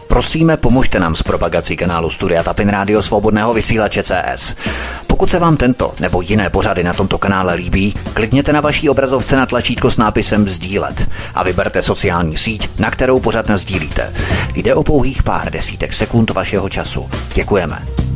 Prosíme, pomožte nám s propagací kanálu Studia Tapin Rádio Svobodného vysílače CS. Pokud se vám tento nebo jiné pořady na tomto kanále líbí, klikněte na vaší obrazovce na tlačítko s nápisem sdílet a vyberte sociální síť, na kterou pořad nasdílíte. Jde o pouhých pár desítek sekund vašeho času. Děkujeme.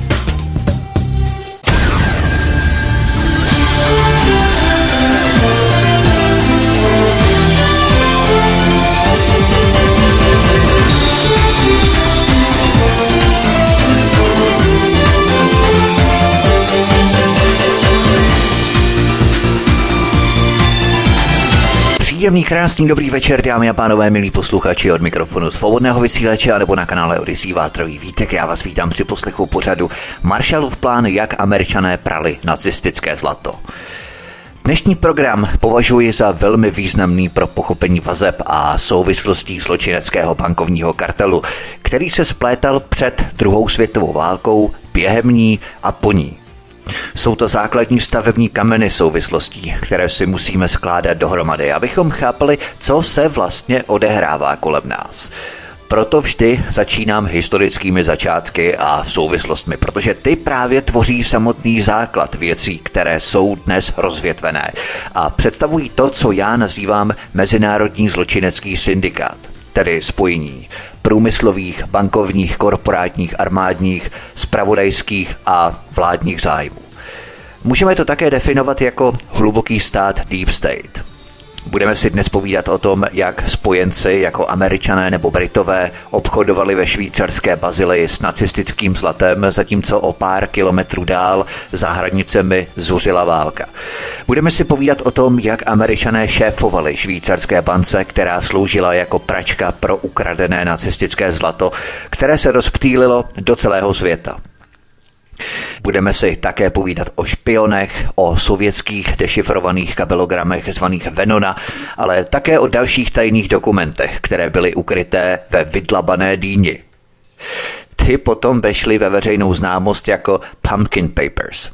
Příjemný, krásný, dobrý večer, dámy a pánové, milí posluchači, od mikrofonu Svobodného vysílače anebo na kanále Odyssey vás zdraví Vítek. Já vás vítám při poslechu pořadu Marshallův plán, jak Američané prali nacistické zlato. Dnešní program považuji za velmi významný pro pochopení vazeb a souvislostí zločineckého bankovního kartelu, který se splétal před druhou světovou válkou, během ní a po ní. Jsou to základní stavební kameny souvislostí, které si musíme skládat dohromady, abychom chápali, co se vlastně odehrává kolem nás. Proto vždy začínám historickými začátky a souvislostmi, protože ty právě tvoří samotný základ věcí, které jsou dnes rozvětvené a představují to, co já nazývám mezinárodní zločinecký syndikát, tedy spojení průmyslových, bankovních, korporátních, armádních, zpravodajských a vládních zájmů. Můžeme to také definovat jako hluboký stát Deep State. Budeme si dnes povídat o tom, jak spojenci jako Američané nebo Britové obchodovali ve švýcarské Bazileji s nacistickým zlatem, zatímco o pár kilometrů dál za hranicemi zuřila válka. Budeme si povídat o tom, jak Američané šéfovali švýcarské bance, která sloužila jako pračka pro ukradené nacistické zlato, které se rozptýlilo do celého světa. Budeme si také povídat o špionech, o sovětských dešifrovaných kabelogramech zvaných Venona, ale také o dalších tajných dokumentech, které byly ukryté ve vydlabané dýni. Ty potom vešly ve veřejnou známost jako Pumpkin Papers.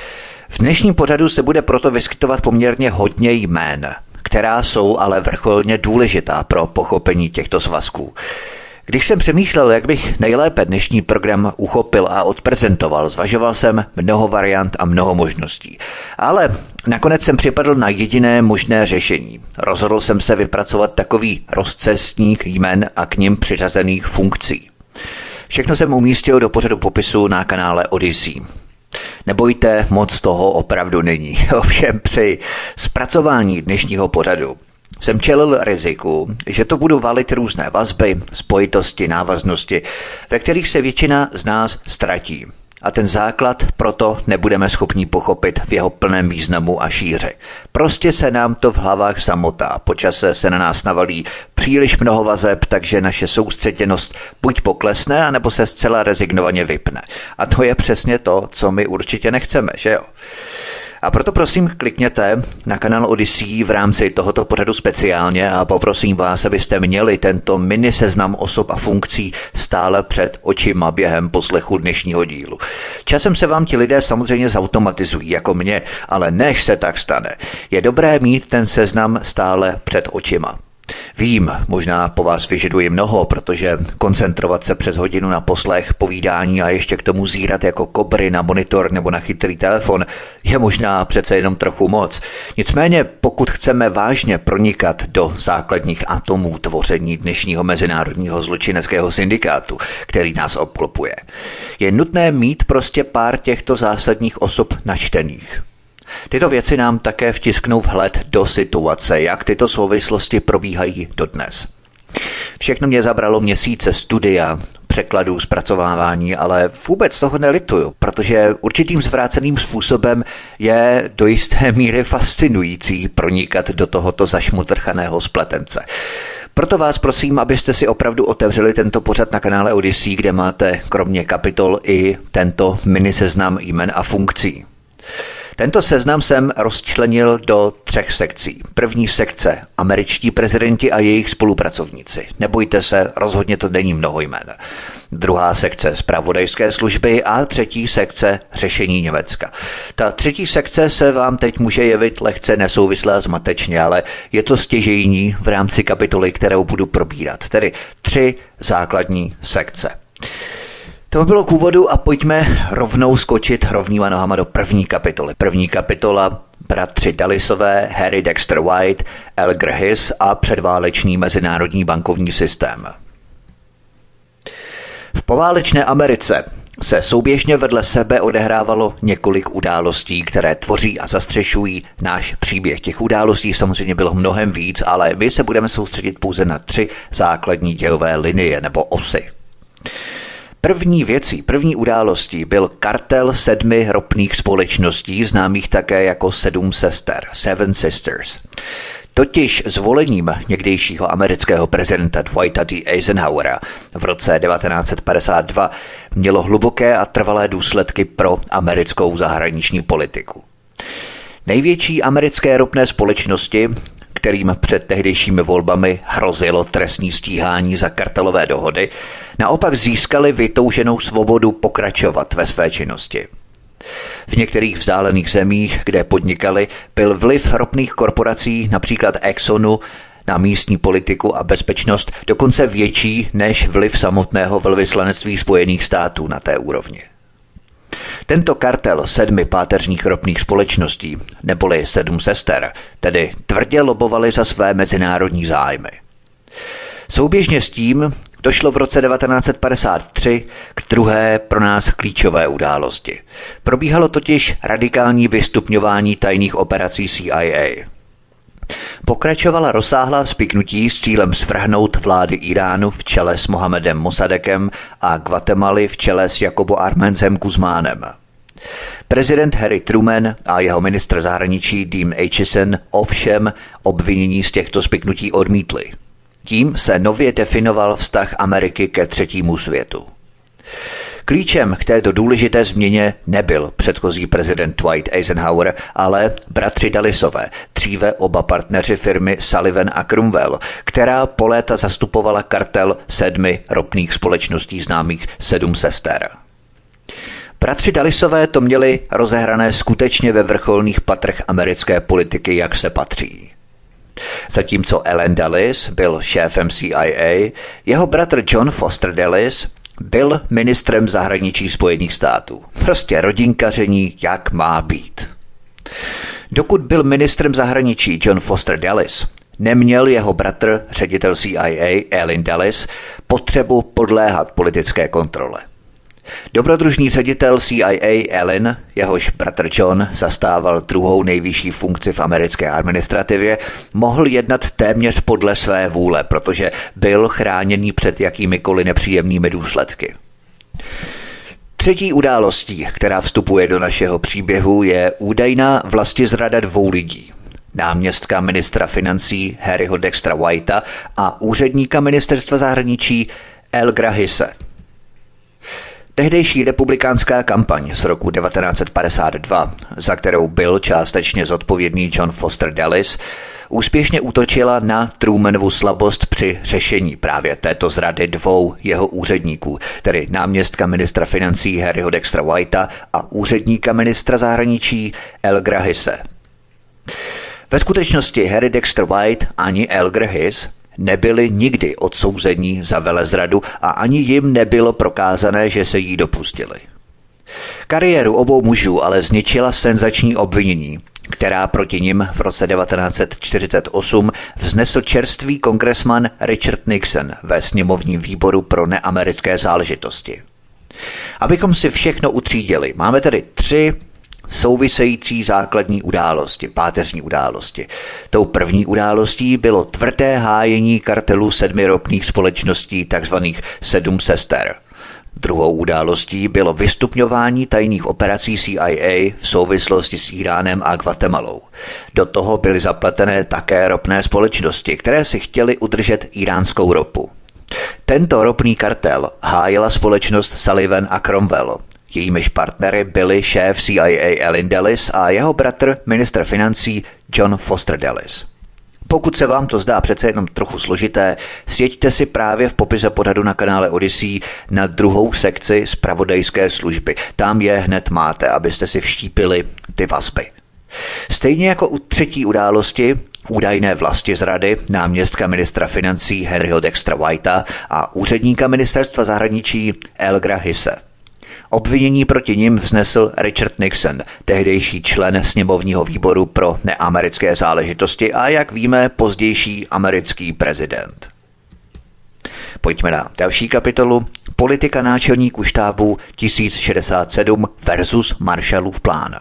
V dnešním pořadu se bude proto vyskytovat poměrně hodně jmén, která jsou ale vrcholně důležitá pro pochopení těchto svazků. Když jsem přemýšlel, jak bych nejlépe dnešní program uchopil a odprezentoval, zvažoval jsem mnoho variant a mnoho možností. Ale nakonec jsem připadl na jediné možné řešení. Rozhodl jsem se vypracovat takový rozcestník jmen a k nim přiřazených funkcí. Všechno jsem umístil do pořadu popisu na kanále Odyssey. Nebojte, moc toho opravdu není. Ovšem při zpracování dnešního pořadu jsem čelil riziku, že to budu valit různé vazby, spojitosti, návaznosti, ve kterých se většina z nás ztratí. A ten základ proto nebudeme schopni pochopit v jeho plném významu a šíři. Prostě se nám to v hlavách zamotá, po čase se na nás navalí příliš mnoho vazeb, takže naše soustředěnost buď poklesne, anebo se zcela rezignovaně vypne. A to je přesně to, co my určitě nechceme, že jo? A proto prosím klikněte na kanál Odyssey v rámci tohoto pořadu speciálně a poprosím vás, abyste měli tento mini seznam osob a funkcí stále před očima během poslechu dnešního dílu. Časem se vám ti lidé samozřejmě zautomatizují jako mě, ale než se tak stane, je dobré mít ten seznam stále před očima. Vím, možná po vás vyžaduji mnoho, protože koncentrovat se přes hodinu na poslech, povídání a ještě k tomu zírat jako kobry na monitor nebo na chytrý telefon je možná přece jenom trochu moc. Nicméně, pokud chceme vážně pronikat do základních atomů tvoření dnešního mezinárodního zločineckého syndikátu, který nás obklopuje, je nutné mít prostě pár těchto zásadních osob načtených. Tyto věci nám také vtisknou vhled do situace, jak tyto souvislosti probíhají dodnes. Všechno mě zabralo měsíce studia, překladů, zpracovávání, ale vůbec toho nelituju, protože určitým zvráceným způsobem je do jisté míry fascinující pronikat do tohoto zašmutrchaného spletence. Proto vás prosím, abyste si opravdu otevřeli tento pořad na kanále Odyssey, kde máte kromě kapitol i tento mini seznam jmen a funkcí. Tento seznam jsem rozčlenil do 3 sekcí. První sekce – američtí prezidenti a jejich spolupracovníci. Nebojte se, rozhodně to není mnoho jmen. Druhá sekce – zpravodajské služby a třetí sekce – řešení Německa. Ta třetí sekce se vám teď může jevit lehce nesouvislá zmatečně, ale je to stěžejní v rámci kapitoly, kterou budu probírat. Tedy 3 základní sekce. To by bylo k úvodu a pojďme rovnou skočit rovnýma nohama do první kapitoly. První kapitola – bratři Dullisové, Harry Dexter White, Edgar Hess a předválečný mezinárodní bankovní systém. V poválečné Americe se souběžně vedle sebe odehrávalo několik událostí, které tvoří a zastřešují náš příběh. Těch událostí samozřejmě bylo mnohem víc, ale my se budeme soustředit pouze na 3 základní dějové linie nebo osy. První událostí byl kartel 7 ropných společností, známých také jako 7 sester, Seven Sisters. Totiž zvolením někdejšího amerického prezidenta Dwighta D. Eisenhowera v roce 1952 mělo hluboké a trvalé důsledky pro americkou zahraniční politiku. Největší americké ropné společnosti, kterým před tehdejšími volbami hrozilo trestní stíhání za kartelové dohody, naopak získali vytouženou svobodu pokračovat ve své činnosti. V některých vzdálených zemích, kde podnikali, byl vliv ropných korporací, například Exxonu, na místní politiku a bezpečnost dokonce větší než vliv samotného velvyslanectví Spojených států na té úrovni. Tento kartel 7 páteřních ropných společností, neboli 7 sester, tedy tvrdě lobovali za své mezinárodní zájmy. Souběžně s tím došlo v roce 1953 k druhé pro nás klíčové události. Probíhalo totiž radikální vystupňování tajných operací CIA. Pokračovala rozsáhlá spiknutí s cílem svrhnout vlády Iránu v čele s Mohamedem Mossadekem a Guatemaly v čele s Jacobo Armencem Guzmánem. Prezident Harry Truman a jeho ministr zahraničí Dean Acheson ovšem obvinění z těchto spiknutí odmítli. Tím se nově definoval vztah Ameriky ke třetímu světu. Klíčem k této důležité změně nebyl předchozí prezident Dwight Eisenhower, ale bratři Dullisové, dříve oba partneři firmy Sullivan a Cromwell, která po léta zastupovala kartel 7 ropných společností známých 7 sester. Bratři Dullisové to měli rozehrané skutečně ve vrcholných patrech americké politiky, jak se patří. Zatímco Allen Dulles byl šéfem CIA, jeho bratr John Foster Dulles byl ministrem zahraničí Spojených států. Prostě rodinkaření, jak má být. Dokud byl ministrem zahraničí John Foster Dulles, neměl jeho bratr, ředitel CIA Allen Dulles, potřebu podléhat politické kontrole. Dobrodružný ředitel CIA Allen, jehož bratr John zastával druhou nejvyšší funkci v americké administrativě, mohl jednat téměř podle své vůle, protože byl chráněný před jakýmikoliv nepříjemnými důsledky. Třetí událostí, která vstupuje do našeho příběhu, je údajná vlastizrada 2 lidí. Náměstka ministra financí Harryho Dextera Whitea a úředníka ministerstva zahraničí Edgara Hesse. Tehdejší republikánská kampaň z roku 1952, za kterou byl částečně zodpovědný John Foster Dulles, úspěšně útočila na Trumanovu slabost při řešení právě této zrady 2 jeho úředníků, tedy náměstka ministra financí Harryho Dextera Whitea a úředníka ministra zahraničí Edgara Hesse. Ve skutečnosti Harry Dexter White ani Edgar Hess nebyli nikdy odsouzení za velezradu a ani jim nebylo prokázané, že se jí dopustili. Kariéru obou mužů ale zničila senzační obvinění, která proti nim v roce 1948 vznesl čerstvý kongresman Richard Nixon ve sněmovním výboru pro neamerické záležitosti. Abychom si všechno utřídili, máme tedy 3 související základní události, páteřní události. Tou první událostí bylo tvrdé hájení kartelu 7 ropných společností, takzvaných 7 sester. Druhou událostí bylo vystupňování tajných operací CIA v souvislosti s Iránem a Guatemalou. Do toho byly zapletené také ropné společnosti, které si chtěly udržet iránskou ropu. Tento ropný kartel hájila společnost Sullivan a Cromwell. Jejímiž partnery byli šéf CIA Allen Dulles a jeho bratr, ministr financí John Foster Dulles. Pokud se vám to zdá přece jenom trochu složité, sjeďte si právě v popise pořadu na kanále Odyssey na druhou sekci zpravodajské služby. Tam je hned máte, abyste si vštípili ty vazby. Stejně jako u třetí události, údajné vlastizrady náměstka ministra financí Henryho Dextera Whitea a úředníka ministerstva zahraničí Elgra Hisse. Obvinění proti nim vznesl Richard Nixon, tehdejší člen sněmovního výboru pro neamerické záležitosti a, jak víme, pozdější americký prezident. Pojďme na další kapitolu. Politika náčelníků štábu 1067 versus Marshallův plán.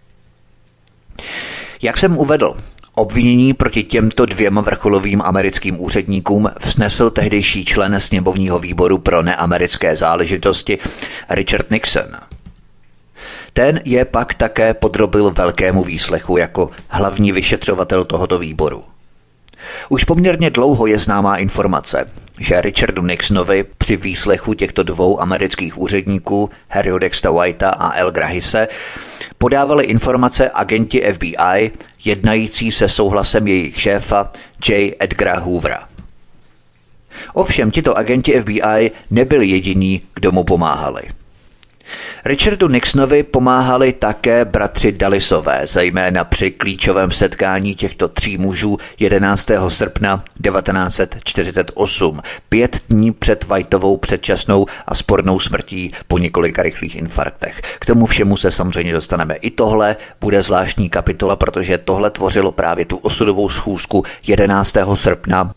Jak jsem uvedl, obvinění proti těmto dvěma vrcholovým americkým úředníkům vznesl tehdejší člen sněmovního výboru pro neamerické záležitosti Richard Nixon. Ten je pak také podrobil velkému výslechu jako hlavní vyšetřovatel tohoto výboru. Už poměrně dlouho je známá informace, že Richardu Nixonovi při výslechu těchto dvou amerických úředníků, Harryho Dextera Whitea a Elgra Hisse, podávali informace agenti FBI, jednající se souhlasem jejich šéfa J. Edgara Hoovera. Ovšem tito agenti FBI nebyli jediní, kdo mu pomáhali. Richardu Nixonovi pomáhali také bratři Dullisové, zejména při klíčovém setkání těchto tří mužů 11. srpna 1948, 5 dní před Whiteovou předčasnou a spornou smrtí po několika rychlých infarktech. K tomu všemu se samozřejmě dostaneme. I tohle bude zvláštní kapitola, protože tohle tvořilo právě tu osudovou schůzku 11. srpna.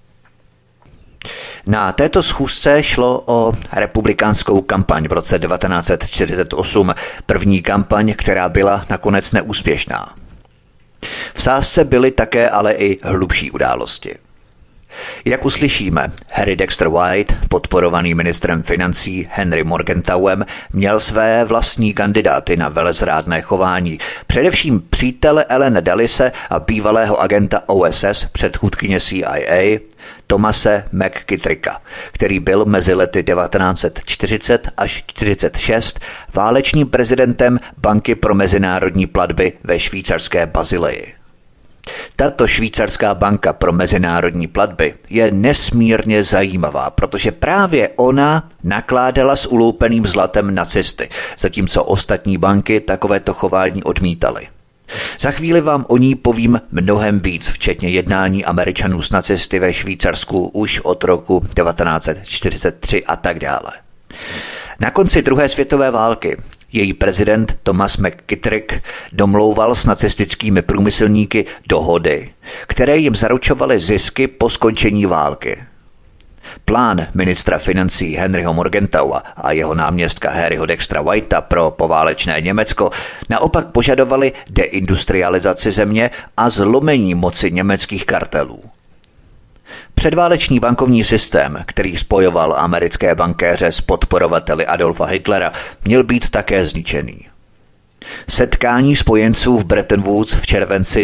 Na této schůzce šlo o republikánskou kampaň v roce 1948, první kampaň, která byla nakonec neúspěšná. V sázce byly také ale i hlubší události. Jak uslyšíme, Harry Dexter White, podporovaný ministrem financí Henry Morgentauem, měl své vlastní kandidáty na velezrádné chování, především přítele Allena Dullise a bývalého agenta OSS, předchůdkyně CIA, Thomase McKittricka, který byl mezi lety 1940 až 1946 válečným prezidentem Banky pro mezinárodní platby ve švýcarské Basileji. Tato švýcarská banka pro mezinárodní platby je nesmírně zajímavá, protože právě ona nakládala s uloupeným zlatem nacisty, zatímco ostatní banky takovéto chování odmítaly. Za chvíli vám o ní povím mnohem víc, včetně jednání Američanů s nacisty ve Švýcarsku už od roku 1943 a tak dále. Na konci druhé světové války její prezident Thomas McKittrick domlouval s nacistickými průmyslníky dohody, které jim zaručovaly zisky po skončení války. Plán ministra financí Henryho Morgentaua a jeho náměstka Harryho Dextera Whitea pro poválečné Německo naopak požadovali deindustrializaci země a zlomení moci německých kartelů. Předválečný bankovní systém, který spojoval americké bankéře s podporovateli Adolfa Hitlera, měl být také zničený. Setkání spojenců v Bretton Woods v červenci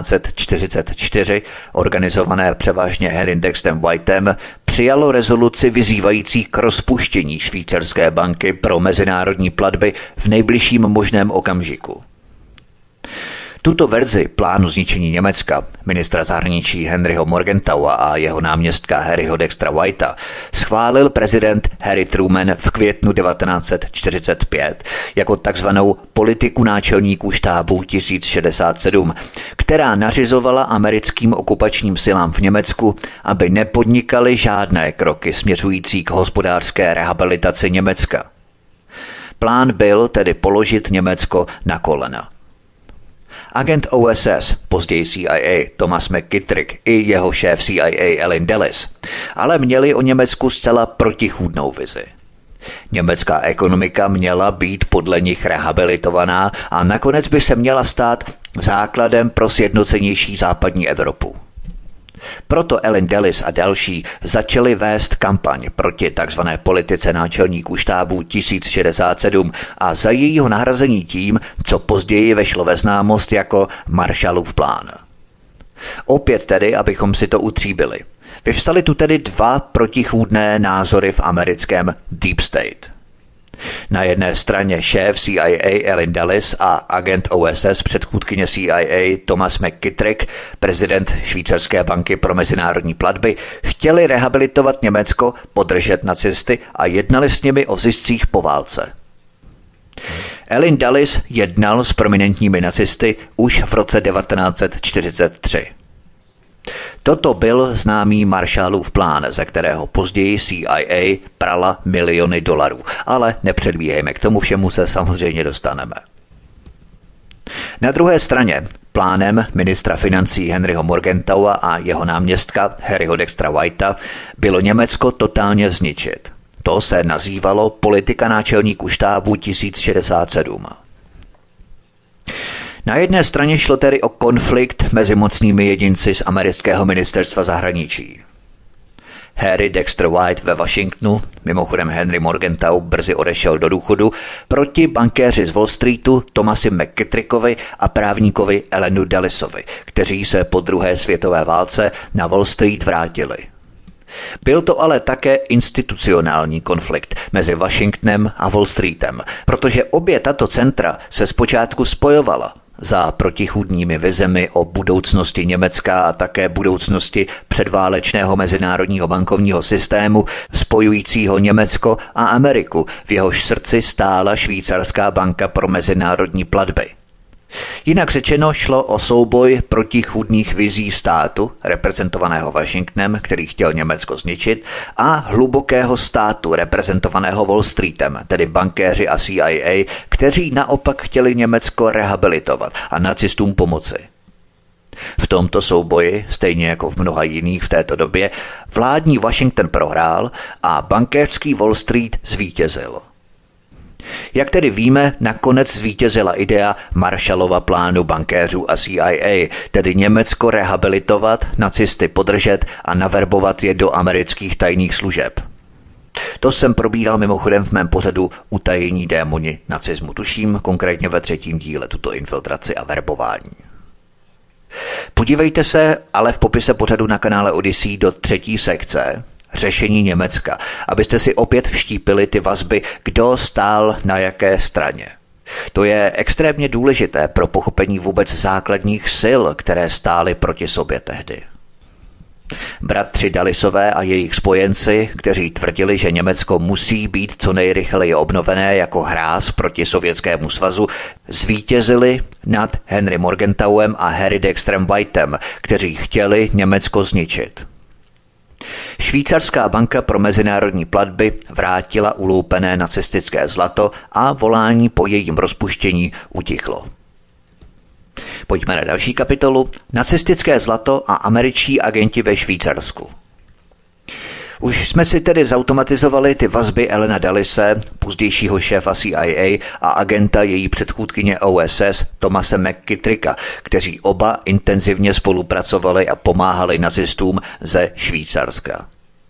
1944, organizované převážně Harrym Dexterem Whiteem, přijalo rezoluci vyzývající k rozpuštění švýcarské banky pro mezinárodní platby v nejbližším možném okamžiku. Tuto verzi plánu zničení Německa ministra zahraničí Henryho Morgentaua a jeho náměstka Harryho Dextera Whitea schválil prezident Harry Truman v květnu 1945 jako takzvanou politiku náčelníků štábu 1067, která nařizovala americkým okupačním silám v Německu, aby nepodnikali žádné kroky směřující k hospodářské rehabilitaci Německa. Plán byl tedy položit Německo na kolena. Agent OSS, později CIA, Thomas McKittrick i jeho šéf CIA Allen Dulles, ale měli o Německu zcela protichůdnou vizi. Německá ekonomika měla být podle nich rehabilitovaná a nakonec by se měla stát základem pro sjednocenější západní Evropu. Proto Allen Dulles a další začali vést kampaň proti tzv. Politice náčelníků štábu 1067 a za jejího nahrazení tím, co později vešlo ve známost jako Marshallův plán. Opět tedy, abychom si to utříbili. Vyvstaly tu tedy dva protichůdné názory v americkém Deep State. Na jedné straně šéf CIA Allen Dulles a agent OSS, předchůdkyně CIA Thomas McKittrick, prezident Švýcarské banky pro mezinárodní platby, chtěli rehabilitovat Německo, podržet nacisty a jednali s nimi o ziscích po válce. Allen Dulles jednal s prominentními nacisty už v roce 1943. Toto byl známý Marshallův plán, ze kterého později CIA prala miliony dolarů, ale nepředbíhejme, k tomu všemu se samozřejmě dostaneme. Na druhé straně plánem ministra financí Henryho Morgentaua a jeho náměstka Harryho Dextera Whitea bylo Německo totálně zničit. To se nazývalo politika náčelníků štábu 1067. Na jedné straně šlo tedy o konflikt mezi mocnými jedinci z amerického ministerstva zahraničí. Harry Dexter White ve Washingtonu, mimochodem Henry Morgenthau brzy odešel do důchodu, proti bankéři z Wall Streetu Thomasi McKittrickovi a právníkovi Allenu Dullesovi, kteří se po druhé světové válce na Wall Street vrátili. Byl to ale také institucionální konflikt mezi Washingtonem a Wall Streetem, protože obě tato centra se zpočátku spojovala za protichůdnými vizemi o budoucnosti Německa a také budoucnosti předválečného mezinárodního bankovního systému spojujícího Německo a Ameriku, v jehož srdci stála Švýcarská banka pro mezinárodní platby. Jinak řečeno šlo o souboj protichůdných vizí státu, reprezentovaného Washingtonem, který chtěl Německo zničit, a hlubokého státu, reprezentovaného Wall Streetem, tedy bankéři a CIA, kteří naopak chtěli Německo rehabilitovat a nacistům pomoci. V tomto souboji, stejně jako v mnoha jiných v této době, vládní Washington prohrál a bankéřský Wall Street zvítězil. Jak tedy víme, nakonec zvítězila idea Marshallova plánu bankéřů a CIA, tedy Německo rehabilitovat, nacisty podržet a naverbovat je do amerických tajných služeb. To jsem probíral mimochodem v mém pořadu Utajení démoni nacismu, tuším konkrétně ve 3. díle tuto infiltraci a verbování. Podívejte se ale v popise pořadu na kanále Odyssey do 3. sekce Řešení Německa, abyste si opět vštípili ty vazby, kdo stál na jaké straně. To je extrémně důležité pro pochopení vůbec základních sil, které stály proti sobě tehdy. Bratři Dullesové a jejich spojenci, kteří tvrdili, že Německo musí být co nejrychleji obnovené jako hráz proti Sovětskému svazu, zvítězili nad Henry Morgenthauem a Harry Dexterem Whiteem, kteří chtěli Německo zničit. Švýcarská banka pro mezinárodní platby vrátila uloupené nacistické zlato a volání po jejím rozpuštění utichlo. Pojďme na další kapitolu. Nacistické zlato a američtí agenti ve Švýcarsku. Už jsme si tedy zautomatizovali ty vazby Allena Dullese, pozdějšího šéfa CIA a agenta její předchůdkyně OSS Thomase McKittricka, kteří oba intenzivně spolupracovali a pomáhali nacistům ze Švýcarska.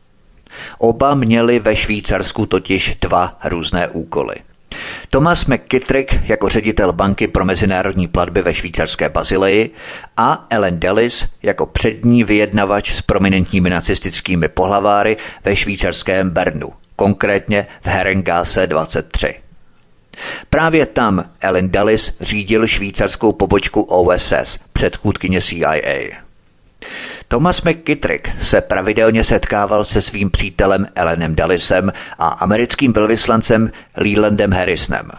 Oba měli ve Švýcarsku totiž dva různé úkoly. Thomas McKittrick jako ředitel banky pro mezinárodní platby ve švýcarské Basileji a Allen Dulles jako přední vyjednavač s prominentními nacistickými pohlaváry ve švýcarském Bernu, konkrétně v Herrengasse 23. Právě tam Allen Dulles řídil švýcarskou pobočku OSS, předchůdkyně CIA. Thomas McKittrick se pravidelně setkával se svým přítelem Allenem Dullesem a americkým velvyslancem Lelandem Harrisonem.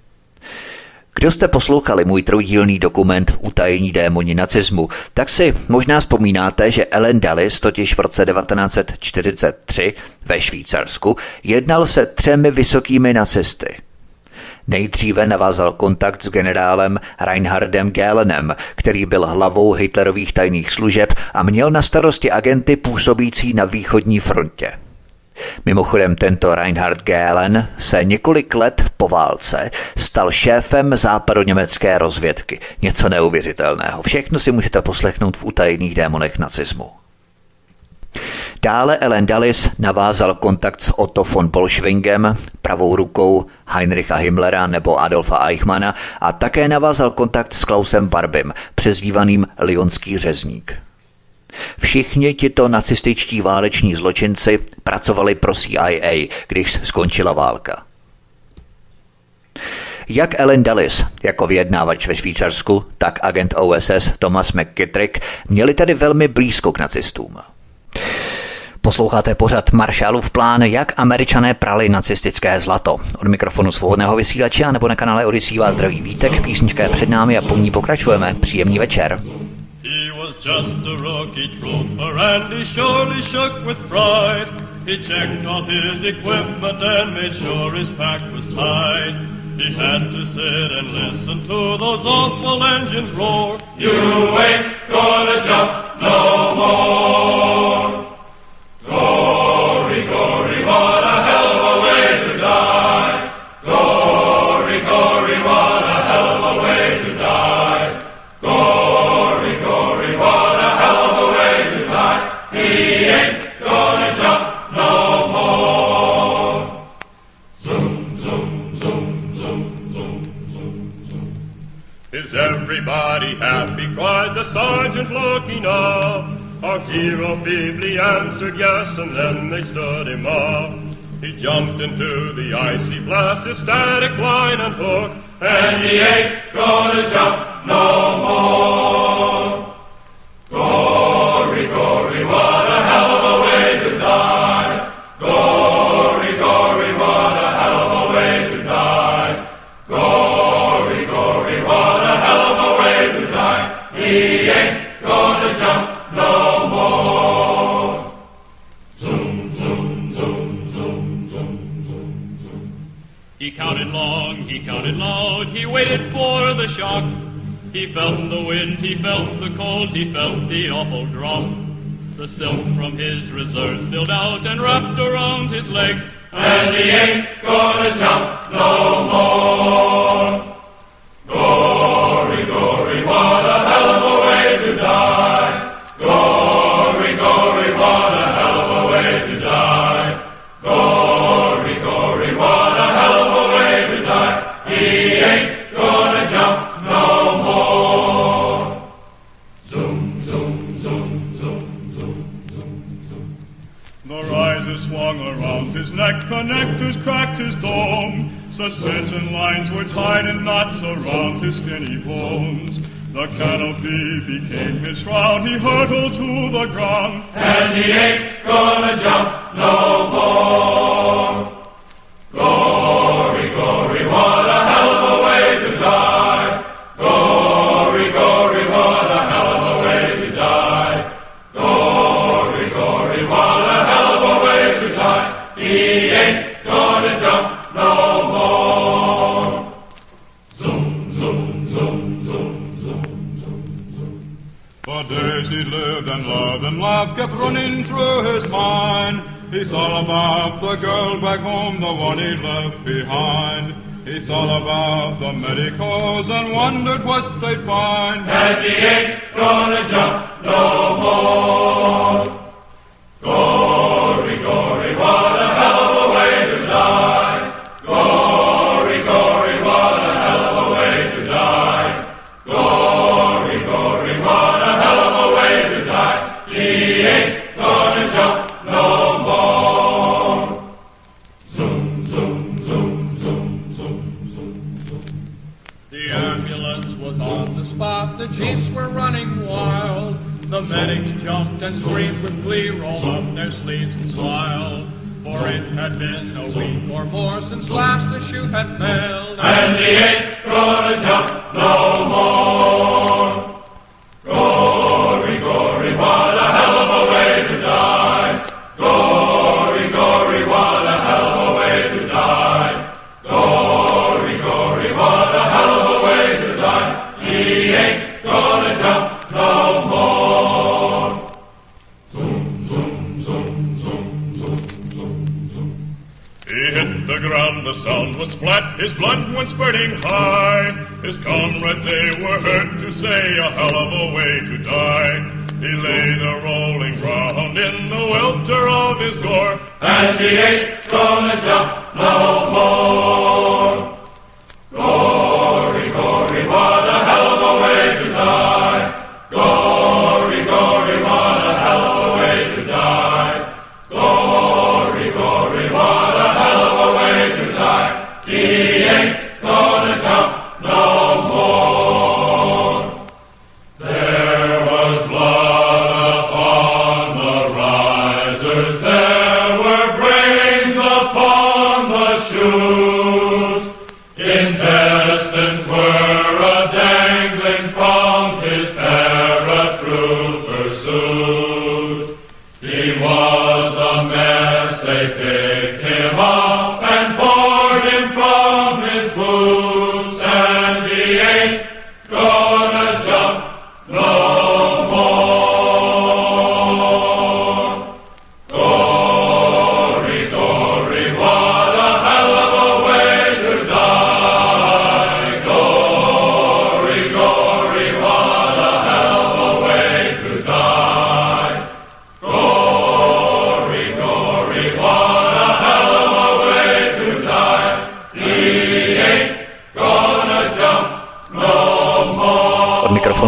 Kdo jste poslouchali můj trojdílný dokument Utajení démoni nacismu, tak si možná vzpomínáte, že Allen Dulles totiž v roce 1943 ve Švýcarsku jednal se 3 vysokými nacisty. Nejdříve navázal kontakt s generálem Reinhardem Gehlenem, který byl hlavou Hitlerových tajných služeb a měl na starosti agenty působící na východní frontě. Mimochodem tento Reinhard Gehlen se několik let po válce stal šéfem západoněmecké rozvědky. Něco neuvěřitelného. Všechno si můžete poslechnout v Utajených démonech nacismu. Dále Allen Dulles navázal kontakt s Otto von Bolschwingem, pravou rukou Heinricha Himmlera nebo Adolfa Eichmanna a také navázal kontakt s Klausem Barbim, přezdívaným Lyonský řezník. Všichni tito nacističtí váleční zločinci pracovali pro CIA, když skončila válka. Jak Ellen Dulles jako vyjednávač ve Švýcarsku, tak agent OSS Thomas McKittrick měli tedy velmi blízko k nacistům. Posloucháte pořad Marshallův plán, jak Američané prali nacistické zlato. Od mikrofonu Svobodného vysílače a nebo na kanále Odyssey vás zdraví Vítek, písnička je před námi a po ní pokračujeme. Příjemný večer. He was just a rookie trooper and he surely shook with pride. He checked all his equipment and made sure his pack was tight. He had to sit and listen to those awful engines roar. You ain't gonna jump no more. Glory, glory, what a hell of a way to die. Glory, glory, what a hell of a way to die. Glory, glory, what a hell of a way to die. He ain't gonna jump no more. Zoom, zoom, zoom, zoom, zoom, zoom, zoom. Is everybody happy? Cried the sergeant looking up. Our hero feebly answered yes, and then they stood him up. He jumped into the icy blast, his static line and hook, and he ain't gonna jump no more. Glory, glory, what a hell of a way to die. Glory, glory, what a hell of a way to die. Glory, glory, what a hell of a way to die. He ain't gonna jump no more. Zoom, zoom, zoom, zoom, zoom, zoom, zoom. He counted long, he counted loud, he waited for the shock. He felt the wind, he felt the cold, he felt the awful drop. The silk from his reserve spilled out and wrapped around his legs, and he ain't gonna jump no more. Glory, glory, what a hell of a way to die. Glory, glory, what a hell of a way to die. Glory, glory, what a hell of a way to die. He ain't gonna jump no more. Zoom, zoom, zoom, zoom, zoom, zoom, zoom. The riser swung around his neck, connectors cracked his dome. Suspension lines were tied in knots around his skinny bones. The canopy became his shroud, he hurtled to the ground, and he ain't gonna jump no more. Glory, glory, what a hell of a way to die. Glory, glory, what a hell of a way to die. Glory, glory, what a hell of a way to die. He ain't gonna jump no more. Zoom, zoom, zoom, zoom, zoom. For days he lived and loved and love kept running through his mind. He thought about the girl back home, the one he left behind. He thought about the medicos and wondered what they'd find. And he ain't gonna jump no more. Glory, glory, what a hell of a way to die. Glory, glory, what a hell of a way to die. Glory, glory, what a hell of a way to die. He ain't gonna jump no more. Zoom, zoom, zoom, zoom, zoom, zoom, zoom. The ambulance was on the spot, the jeeps were running wild. The medics jumped and screamed with glee, rolled up their sleeves and smiled. For it had been a week or more since last the shoe had failed, and he ain't gonna jump no more. Glory, glory, what a hell of a way to die. Glory, glory, what a hell of a way to die. Glory, glory, what a hell of a way to die. He ain't gonna jump no more. Zoom, zoom, zoom, zoom, zoom, zoom, zoom. He hit the ground, the sound was splat, his blood went spurting high. His comrades, they were heard to say, a hell of a way to die. He lay the rolling ground in the welter of his gore, and he ain't gonna jump no more. Glory, glory, what a hell of a way to die. Glory, glory, what a hell of a way to die. Glory, glory, what a hell of a way to die. He ain't gonna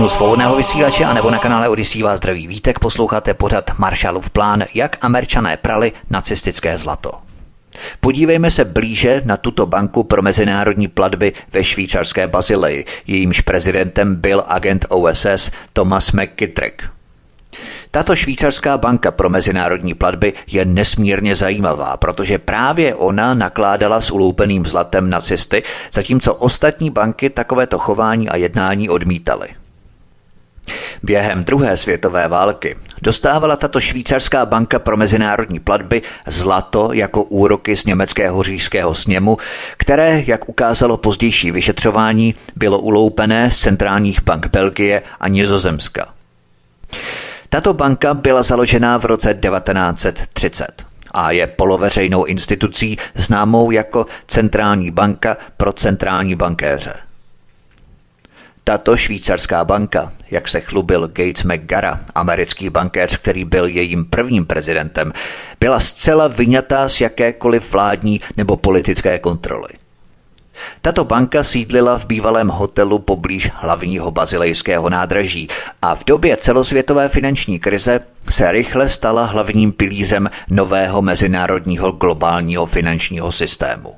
mikrofonu Svobodného vysílače a nebo na kanále Odyssey vás zdraví Vítek, posloucháte pořad Marshallův plán, jak Američané prali nacistické zlato. Podívejme se blíže na tuto banku pro mezinárodní platby ve švýcarské Basileji, jejímž prezidentem byl agent OSS Thomas McKittrick. Tato švýcarská banka pro mezinárodní platby je nesmírně zajímavá, protože právě ona nakládala s uloupeným zlatem nacisty, zatímco ostatní banky takovéto chování a jednání odmítaly. Během druhé světové války dostávala tato švýcarská banka pro mezinárodní platby zlato jako úroky z německého říšského sněmu, které, jak ukázalo pozdější vyšetřování, bylo uloupené z centrálních bank Belgie a Nizozemska. Tato banka byla založena v roce 1930 a je poloveřejnou institucí známou jako Centrální banka pro centrální bankéře. Tato švýcarská banka, jak se chlubil Gates McGarrah, americký bankéř, který byl jejím prvním prezidentem, byla zcela vyňatá z jakékoliv vládní nebo politické kontroly. Tato banka sídlila v bývalém hotelu poblíž hlavního bazilejského nádraží a v době celosvětové finanční krize se rychle stala hlavním pilířem nového mezinárodního globálního finančního systému.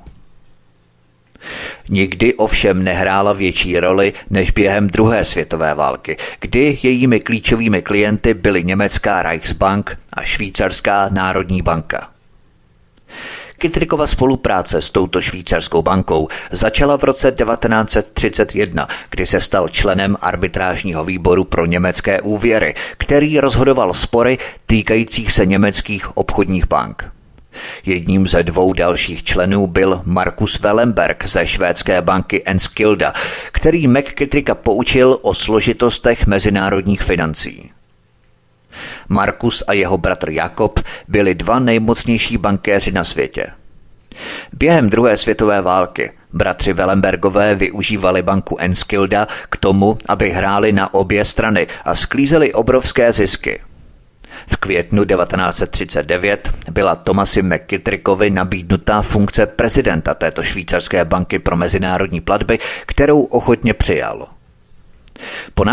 Nikdy ovšem nehrála větší roli než během druhé světové války, kdy jejími klíčovými klienty byly německá Reichsbank a švýcarská národní banka. Kittrickova spolupráce s touto švýcarskou bankou začala v roce 1931, kdy se stal členem arbitrážního výboru pro německé úvěry, který rozhodoval spory týkajících se německých obchodních bank. Jedním ze dvou dalších členů byl Markus Wellenberg ze švédské banky Enskilda, který McKittricka poučil o složitostech mezinárodních financí. Markus a jeho bratr Jakob byli dva nejmocnější bankéři na světě. Během druhé světové války bratři Wellenbergové využívali banku Enskilda k tomu, aby hráli na obě strany a sklízeli obrovské zisky. V květnu 1939 byla Thomasi McKittrickovi nabídnutá funkce prezidenta této švýcarské banky pro mezinárodní platby, kterou ochotně přijal. Po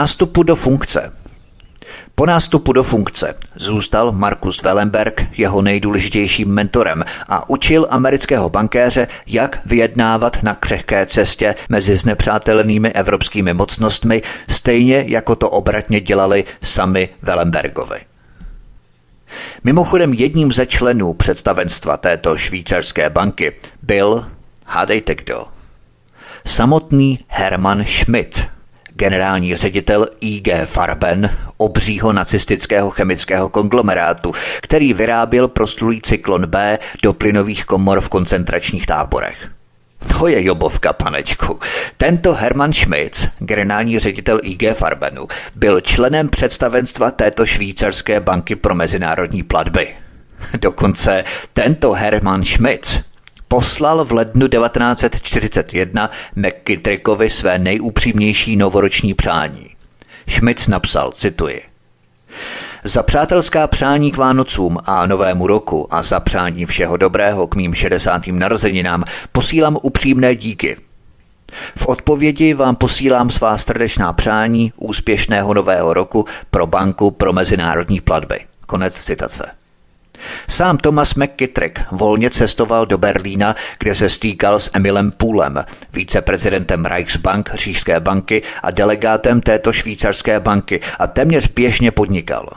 nástupu do funkce zůstal Markus Wellenberg jeho nejdůležitějším mentorem a učil amerického bankéře, jak vyjednávat na křehké cestě mezi znepřátelenými evropskými mocnostmi, stejně jako to obratně dělali sami Wellenbergovi. Mimochodem jedním ze členů představenstva této švýcarské banky byl, hádejte kdo, samotný Hermann Schmidt, generální ředitel IG Farben, obřího nacistického chemického konglomerátu, který vyráběl proslulý cyklon B do plynových komor v koncentračních táborech. To je jobovka, panečku. Tento Hermann Schmidt, generální ředitel IG Farbenu, byl členem představenstva této švýcarské banky pro mezinárodní platby. Dokonce tento Hermann Schmidt poslal v lednu 1941 McKittrickovi své nejupřímnější novoroční přání. Schmidt napsal, cituji: Za přátelská přání k Vánocům a Novému roku a za přání všeho dobrého k mým 60. narozeninám posílám upřímné díky. V odpovědi vám posílám svá srdečná přání úspěšného nového roku pro banku pro mezinárodní platby. Konec citace. Sám Thomas McKittrick volně cestoval do Berlína, kde se stýkal s Emilem Poolem, viceprezidentem Reichsbank, říšské banky a delegátem této švýcarské banky a téměř běžně podnikal.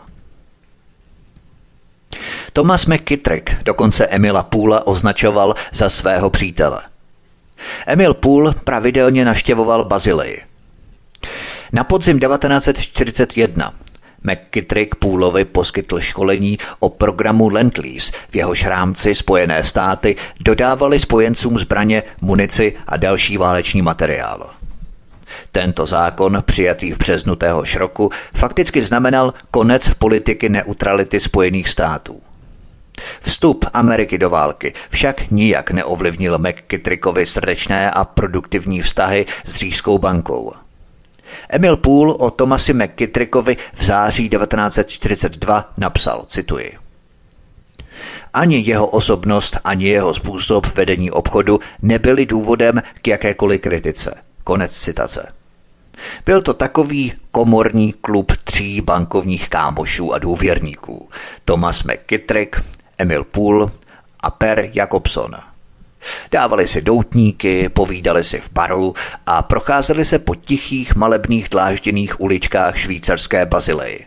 Thomas McKittrick dokonce Emila Poola označoval za svého přítele. Emil Pool pravidelně navštěvoval Basileji. Na podzim 1941 McKittrick Poolovi poskytl školení o programu Lend-Lease, v jehož rámci Spojené státy dodávaly spojencům zbraně, munici a další váleční materiál. Tento zákon, přijatý v březnu téhož roku, fakticky znamenal konec politiky neutrality Spojených států. Vstup Ameriky do války však nijak neovlivnil McKittrickovi srdečné a produktivní vztahy s říšskou bankou. Emil Pool o Thomasi McKittrickovi v září 1942 napsal, cituji: Ani jeho osobnost, ani jeho způsob vedení obchodu nebyly důvodem k jakékoliv kritice. Konec citace. Byl to takový komorní klub 3 bankovních kámošů a důvěrníků. Thomas McKittrick, Emil Poole a Per Jacobson. Dávali si doutníky, povídali si v baru a procházeli se po tichých malebných dlážděných uličkách švýcarské Basileji.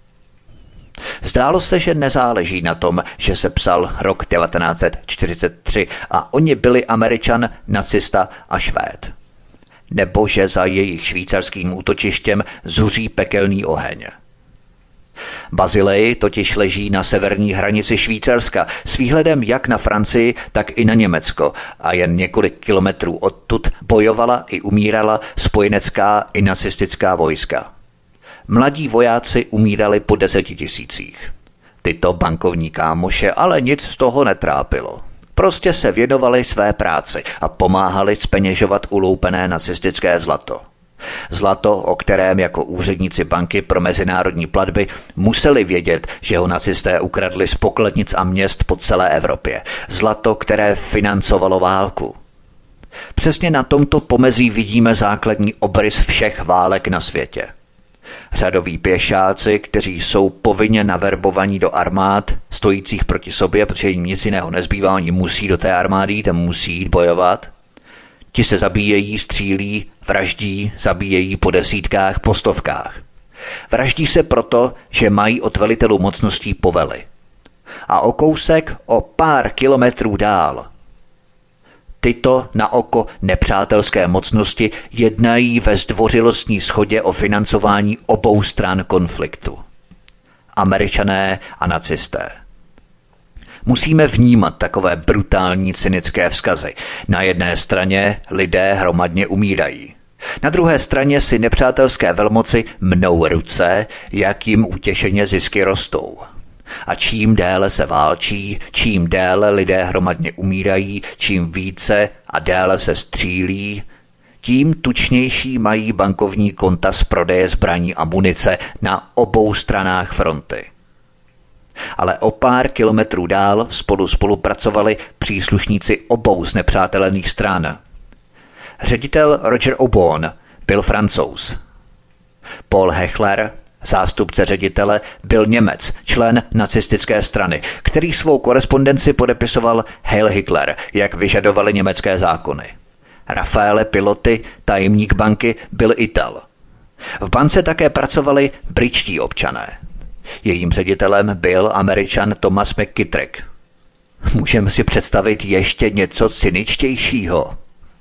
Zdálo se, že nezáleží na tom, že se psal rok 1943 a oni byli Američan, nacista a Švéd. Nebo že za jejich švýcarským útočištěm zuří pekelný oheň. Basilej totiž leží na severní hranici Švýcarska s výhledem jak na Francii, tak i na Německo a jen několik kilometrů odtud bojovala i umírala spojenecká i nacistická vojska. Mladí vojáci umírali po 10 000. Tyto bankovní kámoše ale nic z toho netrápilo. Prostě se věnovali své práci a pomáhali zpeněžovat uloupené nacistické zlato. Zlato, o kterém jako úředníci banky pro mezinárodní platby museli vědět, že ho nacisté ukradli z pokladnic a měst po celé Evropě. Zlato, které financovalo válku. Přesně na tomto pomezí vidíme základní obrys všech válek na světě. Řadoví pěšáci, kteří jsou povinně naverbovaní do armád, stojících proti sobě, protože jim nic jiného nezbývá, oni musí do té armády jít a musí jít bojovat. Ti se zabíjejí, střílí, vraždí, zabíjejí po desítkách, po stovkách. Vraždí se proto, že mají od velitelů mocností povely. A o kousek, o pár kilometrů dál, tyto na oko nepřátelské mocnosti jednají ve zdvořilostní shodě o financování obou stran konfliktu. Američané a nacisté. Musíme vnímat takové brutální cynické vzkazy. Na jedné straně lidé hromadně umírají. Na druhé straně si nepřátelské velmoci mnou ruce, jak jim utěšeně zisky rostou. A čím déle se válčí, čím déle lidé hromadně umírají, čím více a déle se střílí, tím tučnější mají bankovní konta z prodeje zbraní a munice na obou stranách fronty. Ale o pár kilometrů dál spolupracovali příslušníci obou znepřátelených stran. Ředitel Roger Aubon byl Francouz. Paul Hechler, zástupce ředitele, byl Němec, člen nacistické strany, který svou korespondenci podepisoval Heil Hitler, jak vyžadovaly německé zákony. Rafaele Piloty, tajemník banky, byl Ital. V bance také pracovali britští občané. Jejím ředitelem byl Američan Thomas McKittrick. Můžeme si představit ještě něco cyničtějšího.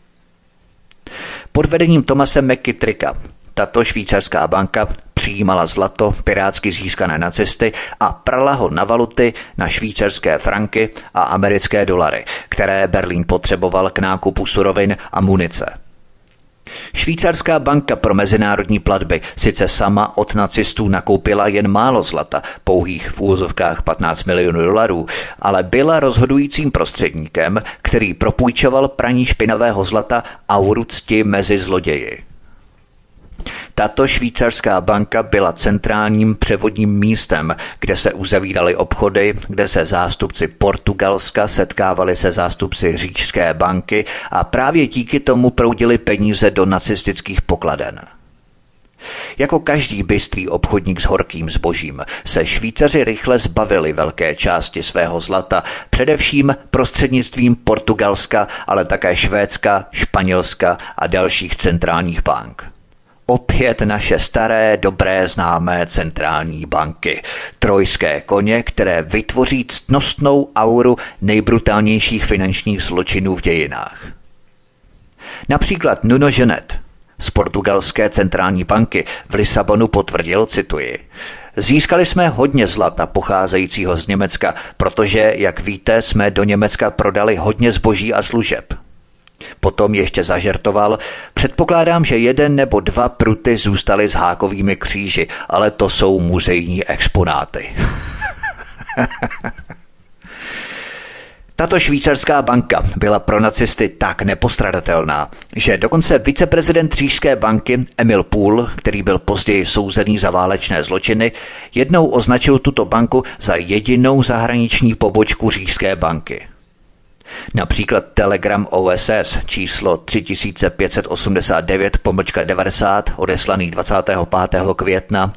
Pod vedením Thomase McKittricka tato švýcarská banka přijímala zlato pirátsky získané nacisty a prala ho na valuty, na švýcarské franky a americké dolary, které Berlín potřeboval k nákupu surovin a munice. Švýcarská banka pro mezinárodní platby sice sama od nacistů nakoupila jen málo zlata, pouhých v úvozovkách 15 milionů dolarů, ale byla rozhodujícím prostředníkem, který propůjčoval praní špinavého zlata auru cti mezi zloději. Tato švýcarská banka byla centrálním převodním místem, kde se uzavíraly obchody, kde se zástupci Portugalska setkávali se zástupci Říšské banky a právě díky tomu proudily peníze do nacistických pokladen. Jako každý bystrý obchodník s horkým zbožím se Švýcaři rychle zbavili velké části svého zlata, především prostřednictvím Portugalska, ale také Švédska, Španělska a dalších centrálních bank. Opět naše staré, dobré známé centrální banky. Trojské koně, které vytvoří ctnostnou auru nejbrutálnějších finančních zločinů v dějinách. Například Nuno Genet z portugalské centrální banky v Lisabonu potvrdil, cituji: "Získali jsme hodně zlata pocházejícího z Německa, protože, jak víte, jsme do Německa prodali hodně zboží a služeb." Potom ještě zažertoval: "Předpokládám, že 1 nebo 2 pruty zůstaly s hákovými kříži, ale to jsou muzejní exponáty." Tato švýcarská banka byla pro nacisty tak nepostradatelná, že dokonce viceprezident Říšské banky Emil Poole, který byl později souzený za válečné zločiny, jednou označil tuto banku za jedinou zahraniční pobočku Říšské banky. Například telegram OSS číslo 3589-90 odeslaný 25. května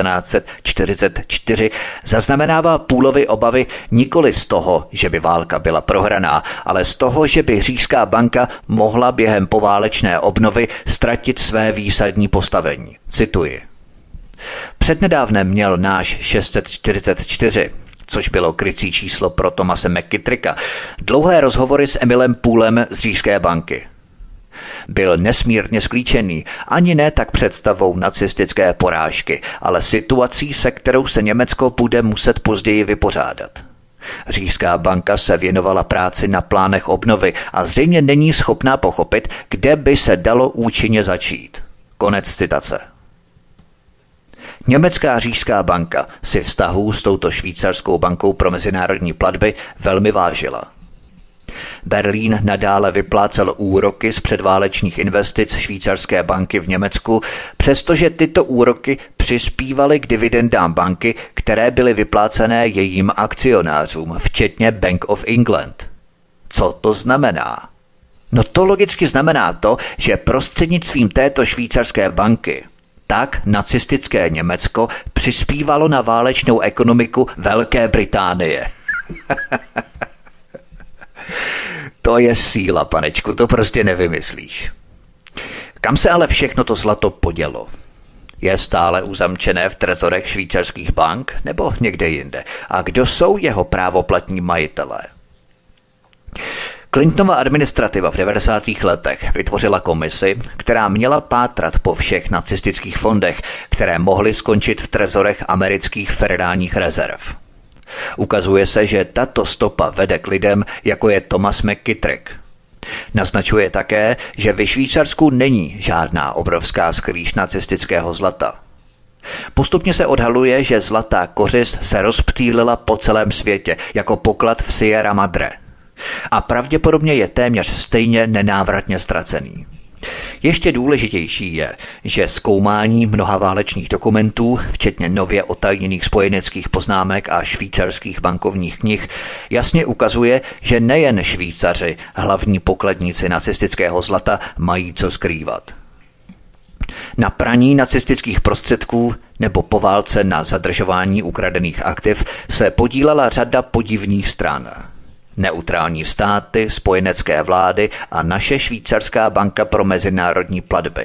1944 zaznamenává Poolovy obavy nikoli z toho, že by válka byla prohraná, ale z toho, že by Říšská banka mohla během poválečné obnovy ztratit své výsadní postavení. Cituji. Přednedávnem měl náš 644, což bylo krycí číslo pro Thomase McKittricka, dlouhé rozhovory s Emilem Poolem z Říšské banky. Byl nesmírně sklíčený, ani ne tak představou nacistické porážky, ale situací, se kterou se Německo bude muset později vypořádat. Říšská banka se věnovala práci na plánech obnovy a zřejmě není schopná pochopit, kde by se dalo účinně začít. Konec citace. Německá Říšská banka si vztahů s touto švýcarskou bankou pro mezinárodní platby velmi vážila. Berlín nadále vyplácel úroky z předválečných investic švýcarské banky v Německu, přestože tyto úroky přispívaly k dividendám banky, které byly vyplácené jejím akcionářům, včetně Bank of England. Co to znamená? No to logicky znamená to, že prostřednictvím této švýcarské banky tak nacistické Německo přispívalo na válečnou ekonomiku Velké Británie. To je síla, panečku, to prostě nevymyslíš. Kam se ale všechno to zlato podělo? Je stále uzamčené v trezorech švýcarských bank nebo někde jinde? A kdo jsou jeho právoplatní majitelé? Clintonova administrativa v 90. letech vytvořila komisi, která měla pátrat po všech nacistických fondech, které mohly skončit v trezorech amerických federálních rezerv. Ukazuje se, že tato stopa vede k lidem, jako je Thomas McKittrick. Naznačuje také, že ve Švýcarsku není žádná obrovská sklíž nacistického zlata. Postupně se odhaluje, že zlatá kořist se rozptýlila po celém světě jako poklad v Sierra Madre. A pravděpodobně je téměř stejně nenávratně ztracený. Ještě důležitější je, že zkoumání mnoha válečných dokumentů, včetně nově otajněných spojeneckých poznámek a švýcarských bankovních knih, jasně ukazuje, že nejen Švýcaři, hlavní pokladníci nacistického zlata, mají co skrývat. Na praní nacistických prostředků nebo po válce na zadržování ukradených aktiv se podílela řada podivných stran. Neutrální státy, spojenecké vlády a naše švýcarská banka pro mezinárodní platby.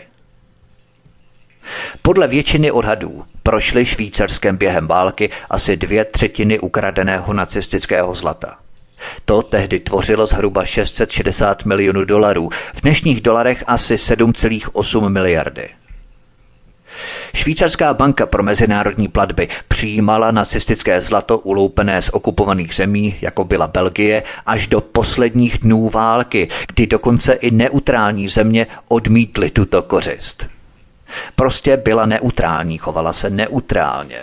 Podle většiny odhadů prošly Švýcarskem během války asi 2/3 ukradeného nacistického zlata. To tehdy tvořilo zhruba 660 milionů dolarů, v dnešních dolarech asi 7,8 miliardy. Švýcarská banka pro mezinárodní platby přijímala nacistické zlato uloupené z okupovaných zemí, jako byla Belgie, až do posledních dnů války, kdy dokonce i neutrální země odmítly tuto kořist. Prostě byla neutrální, chovala se neutrálně.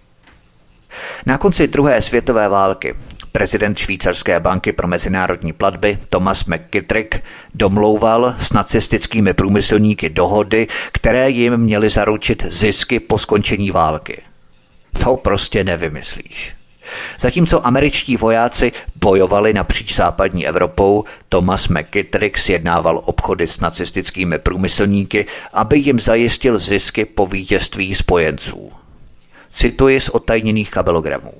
Na konci druhé světové války prezident švýcarské banky pro mezinárodní platby Thomas McKittrick domlouval s nacistickými průmyslníky dohody, které jim měly zaručit zisky po skončení války. To prostě nevymyslíš. Zatímco američtí vojáci bojovali napříč západní Evropou, Thomas McKittrick sjednával obchody s nacistickými průmyslníky, aby jim zajistil zisky po vítězství spojenců. Cituji z otajněných kabelogramů.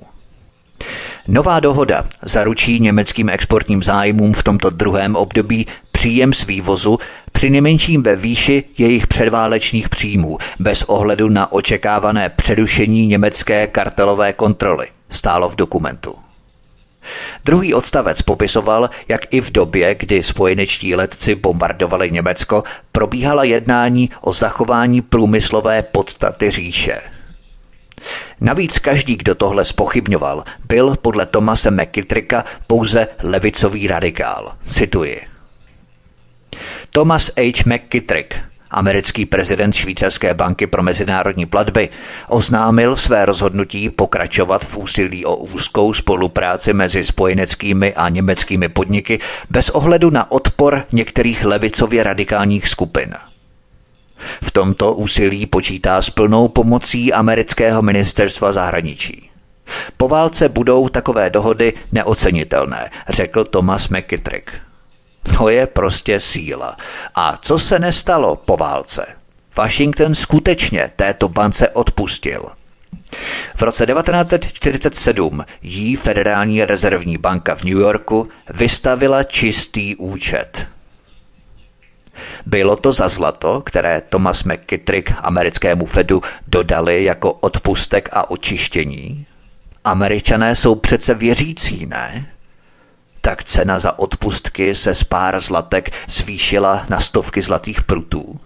Nová dohoda zaručí německým exportním zájmům v tomto druhém období příjem z vývozu přinejmenším ve výši jejich předválečných příjmů, bez ohledu na očekávané přerušení německé kartelové kontroly, stálo v dokumentu. Druhý odstavec popisoval, jak i v době, kdy spojenečtí letci bombardovali Německo, probíhala jednání o zachování průmyslové podstaty říše. Navíc každý, kdo tohle zpochybňoval, byl podle Thomase McKittricka pouze levicový radikál. Cituji. Thomas H. McKittrick, americký prezident Švýcarské banky pro mezinárodní platby, oznámil své rozhodnutí pokračovat v úsilí o úzkou spolupráci mezi spojeneckými a německými podniky bez ohledu na odpor některých levicově radikálních skupin. V tomto úsilí počítá s plnou pomocí amerického ministerstva zahraničí. Po válce budou takové dohody neocenitelné, řekl Thomas McKittrick. To je prostě síla. A co se nestalo po válce? Washington skutečně této bance odpustil. V roce 1947 jí Federální rezervní banka v New Yorku vystavila čistý účet. Bylo to za zlato, které Thomas McKittrick americkému Fedu dodali jako odpustek a očištění. Američané jsou přece věřící, ne? Tak cena za odpustky se z pár zlatek zvýšila na stovky zlatých prutů.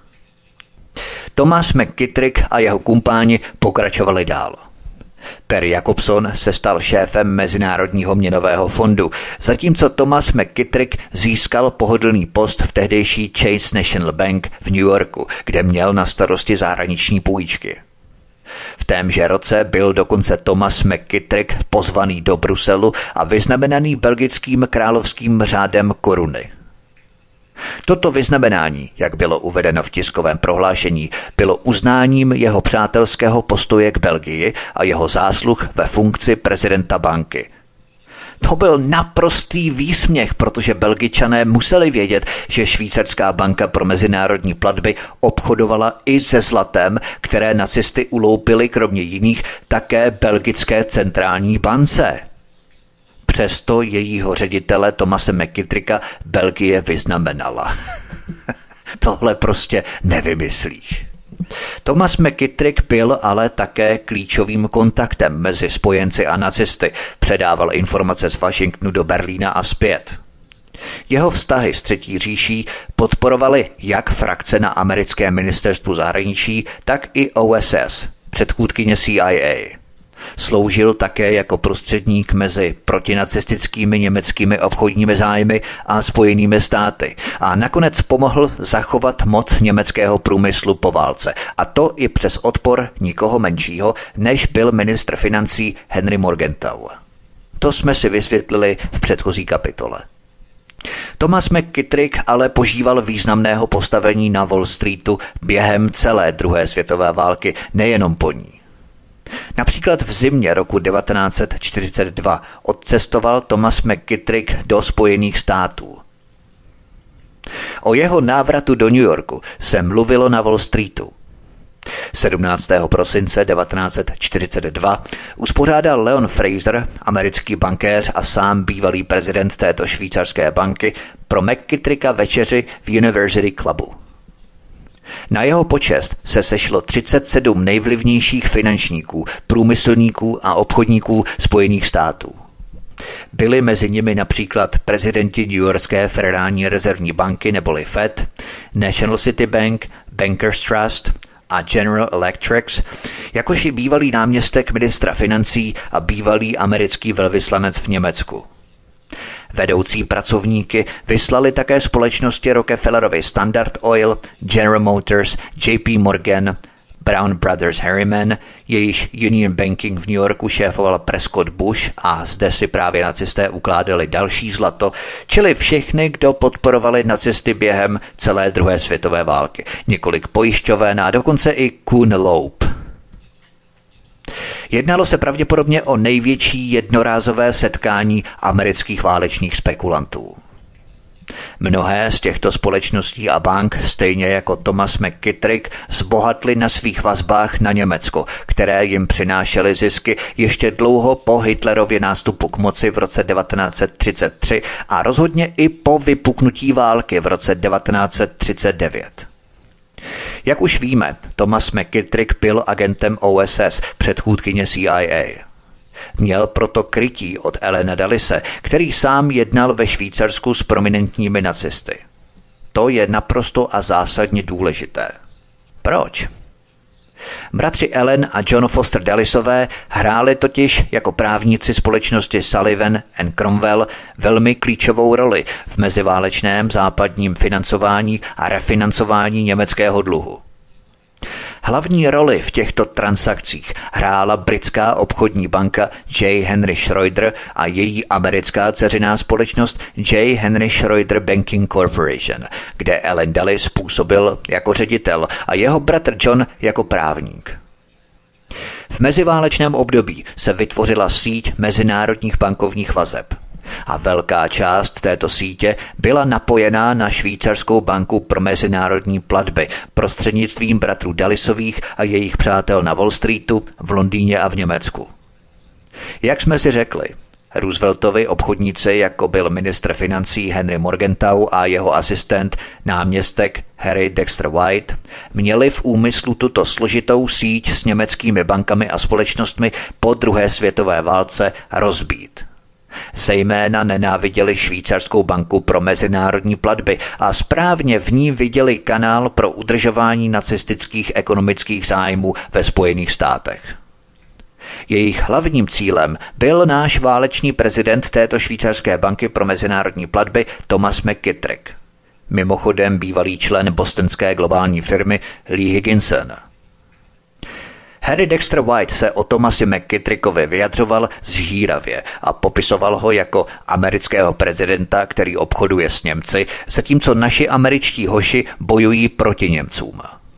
Thomas McKittrick a jeho kumpáni pokračovali dál. Per Jacobson se stal šéfem Mezinárodního měnového fondu, zatímco Thomas McKittrick získal pohodlný post v tehdejší Chase National Bank v New Yorku, kde měl na starosti zahraniční půjčky. V témže roce byl dokonce Thomas McKittrick pozvaný do Bruselu a vyznamenaný belgickým královským řádem koruny. Toto vyznamenání, jak bylo uvedeno v tiskovém prohlášení, bylo uznáním jeho přátelského postoje k Belgii a jeho zásluh ve funkci prezidenta banky. To byl naprostý výsměch, protože Belgičané museli vědět, že Švýcarská banka pro mezinárodní platby obchodovala i se zlatem, které nacisty uloupili kromě jiných také belgické centrální bance. Přesto jejího ředitele Thomase McKittricka Belgie vyznamenala. Tohle prostě nevymyslíš. Thomas McKittrick byl ale také klíčovým kontaktem mezi spojenci a nacisty, předával informace z Washingtonu do Berlína a zpět. Jeho vztahy s Třetí říší podporovaly jak frakce na americkém ministerstvu zahraničí, tak i OSS, předchůdkyně CIA. Sloužil také jako prostředník mezi protinacistickými německými obchodními zájmy a Spojenými státy a nakonec pomohl zachovat moc německého průmyslu po válce, a to i přes odpor nikoho menšího, než byl ministr financí Henry Morgenthau. To jsme si vysvětlili v předchozí kapitole. Thomas McKittrick ale požíval významného postavení na Wall Streetu během celé druhé světové války, nejenom po ní. Například v zimě roku 1942 odcestoval Thomas McKittrick do Spojených států. O jeho návratu do New Yorku se mluvilo na Wall Streetu. 17. prosince 1942 uspořádal Leon Fraser, americký bankéř a sám bývalý prezident této švýcarské banky, pro McKittricka večeři v University Clubu. Na jeho počest se sešlo 37 nejvlivnějších finančníků, průmyslníků a obchodníků Spojených států. Byli mezi nimi například prezidenti New Yorkské federální rezervní banky neboli Fed, National City Bank, Bankers Trust a General Electric, jakož i bývalý náměstek ministra financí a bývalý americký velvyslanec v Německu. Vedoucí pracovníky vyslali také společnosti Rockefellerovy Standard Oil, General Motors, JP Morgan, Brown Brothers Harriman, jejíž Union Banking v New Yorku šéfoval Prescott Bush a zde si právě nacisté ukládali další zlato, čili všechny, kdo podporovali nacisty během celé druhé světové války. Několik pojišťoven a dokonce i Kuhn Loeb. Jednalo se pravděpodobně o největší jednorázové setkání amerických válečných spekulantů. Mnohé z těchto společností a bank, stejně jako Thomas McKittrick, zbohatly na svých vazbách na Německo, které jim přinášely zisky ještě dlouho po Hitlerově nástupu k moci v roce 1933 a rozhodně i po vypuknutí války v roce 1939. Jak už víme, Thomas McKittrick byl agentem OSS, předchůdkyně CIA. Měl proto krytí od Allena Dullise, který sám jednal ve Švýcarsku s prominentními nacisty. To je naprosto a zásadně důležité. Proč? Bratři Allen a John Foster Dullisové hráli totiž jako právníci společnosti Sullivan & Cromwell velmi klíčovou roli v meziválečném západním financování a refinancování německého dluhu. Hlavní roli v těchto transakcích hrála britská obchodní banka J. Henry Schroeder a její americká dceřiná společnost J. Henry Schroeder Banking Corporation, kde Allen Dulles působil jako ředitel a jeho bratr John jako právník. V meziválečném období se vytvořila síť mezinárodních bankovních vazeb. A velká část této sítě byla napojená na švýcarskou banku pro mezinárodní platby prostřednictvím bratrů Dullisových a jejich přátel na Wall Streetu, v Londýně a v Německu. Jak jsme si řekli, Rooseveltovi obchodníci, jako byl ministr financí Henry Morgenthau a jeho asistent, náměstek Harry Dexter White, měli v úmyslu tuto složitou síť s německými bankami a společnostmi po druhé světové válce rozbít. Zejména nenáviděli švýcarskou banku pro mezinárodní platby a správně v ní viděli kanál pro udržování nacistických ekonomických zájmů ve Spojených státech. Jejich hlavním cílem byl náš válečný prezident této švýcarské banky pro mezinárodní platby Thomas McKittrick. Mimochodem bývalý člen bostonské globální firmy Lee Higginson. Harry Dexter White se o Thomasi McKittrickovi vyjadřoval zžíravě a popisoval ho jako amerického prezidenta, který obchoduje s Němci, zatímco naši američtí hoši bojují proti Němcům.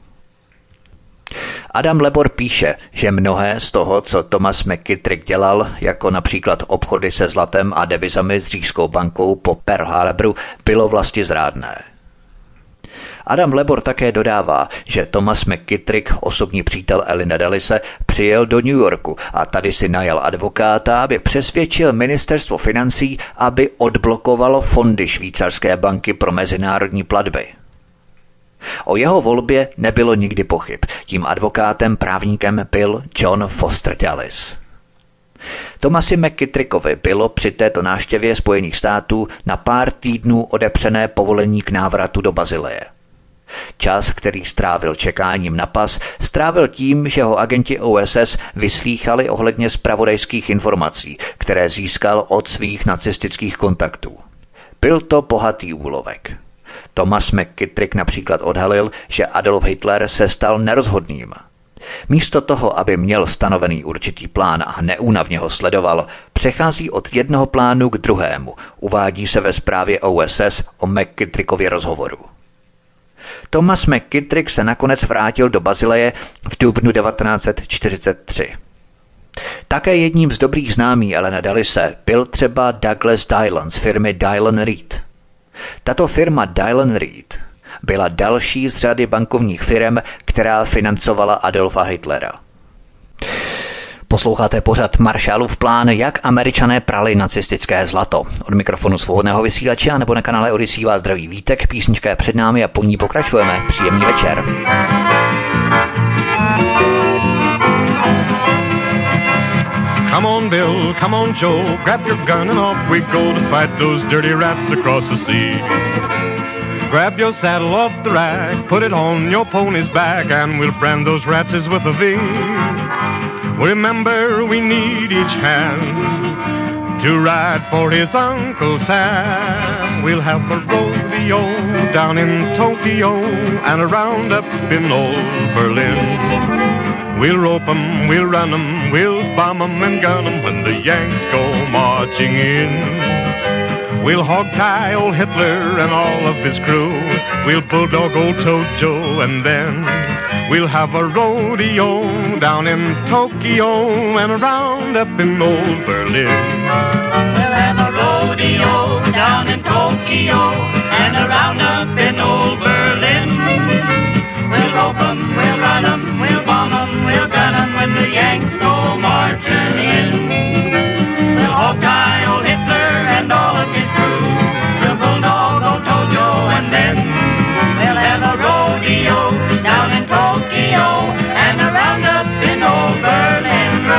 Adam Lebor píše, že mnohé z toho, co Thomas McKittrick dělal, jako například obchody se zlatem a devizami s Říšskou bankou po Pearl Harboru, bylo vlastizrádné. Adam Lebor také dodává, že Thomas McKittrick, osobní přítel Ellena Dullise, přijel do New Yorku a tady si najal advokáta, aby přesvědčil ministerstvo financí, aby odblokovalo fondy švýcarské banky pro mezinárodní platby. O jeho volbě nebylo nikdy pochyb. Tím advokátem právníkem byl John Foster Dulles. Thomasi McKittrickovi bylo při této návštěvě Spojených států na pár týdnů odepřené povolení k návratu do Bazileje. Čas, který strávil čekáním na pas, strávil tím, že ho agenti OSS vyslýchali ohledně zpravodajských informací, které získal od svých nacistických kontaktů. Byl to bohatý úlovek. Thomas McKittrick například odhalil, že Adolf Hitler se stal nerozhodným. Místo toho, aby měl stanovený určitý plán a neúnavně ho sledoval, přechází od jednoho plánu k druhému, uvádí se ve zprávě OSS o McKittrickově rozhovoru. Thomas McKittrick se nakonec vrátil do Bazileje v dubnu 1943. Také jedním z dobrých známí Ellena Dullise byl třeba Douglas Dillon z firmy Dillon Read. Tato firma Dillon Read byla další z řady bankovních firm, která financovala Adolfa Hitlera. Posloucháte pořad Marshallův plán, jak Američané prali nacistické zlato. Od mikrofonu Svobodného vysílače a nebo na kanále Odyssey vás zdraví Vítek, písnička je před námi a po ní pokračujeme. Příjemný večer. Come on, Bill, come on, Joe, grab your gun and off we go to fight those dirty rats across the sea. Grab your saddle off the rack, put it on your pony's back, and we'll brand those ratses with a V. Remember, we need each hand to ride for his Uncle Sam. We'll have a rodeo down in Tokyo and a roundup in old Berlin. We'll rope 'em, we'll run 'em, we'll bomb 'em and gun 'em when the Yanks go marching in. We'll hog-tie old Hitler and all of his crew. We'll bulldog old Tojo and then we'll have a rodeo down in Tokyo and a roundup in old Berlin. We'll have a rodeo down in Tokyo and a roundup in old Berlin. We'll rope 'em, we'll run 'em, we'll bomb 'em, we'll gun 'em when the Yanks go marching in. We'll hog-tie old Hitler and all of his crew. We'll bulldog old Tojo and then we'll have a rodeo down in Tokyo and a roundup in old Berlin.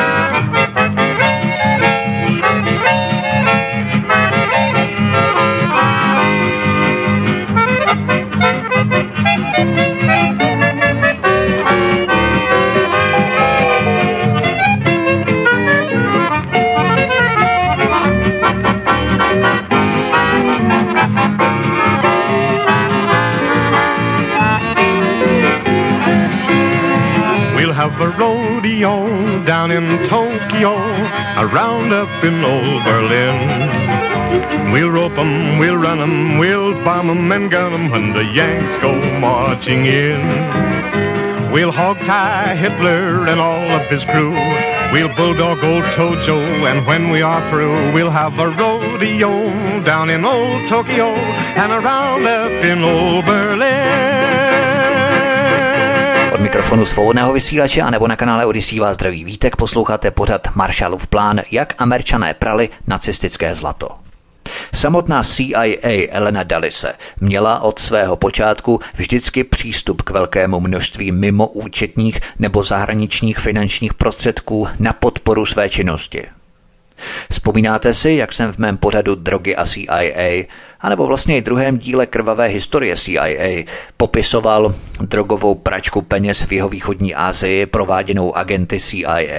Have a rodeo down in Tokyo, a roundup in old Berlin. We'll rope 'em, we'll run 'em, we'll bomb 'em and gun 'em when the Yanks go marching in. We'll hog-tie Hitler and all of his crew. We'll bulldog old Tojo, and when we are through, we'll have a rodeo down in old Tokyo and a roundup in old Berlin. Od mikrofonu Svobodného vysílače a nebo na kanále Odyssey vás zdraví Vítek, posloucháte pořad Marshallův plán, jak Američané prali nacistické zlato. Samotná CIA Elena Dullise měla od svého počátku vždycky přístup k velkému množství mimoúčetních nebo zahraničních finančních prostředků na podporu své činnosti. Vzpomínáte si, jak jsem v mém pořadu Drogy a CIA, anebo vlastně i druhém díle Krvavé historie CIA, popisoval drogovou pračku peněz v jihovýchodní Asii prováděnou agenty CIA.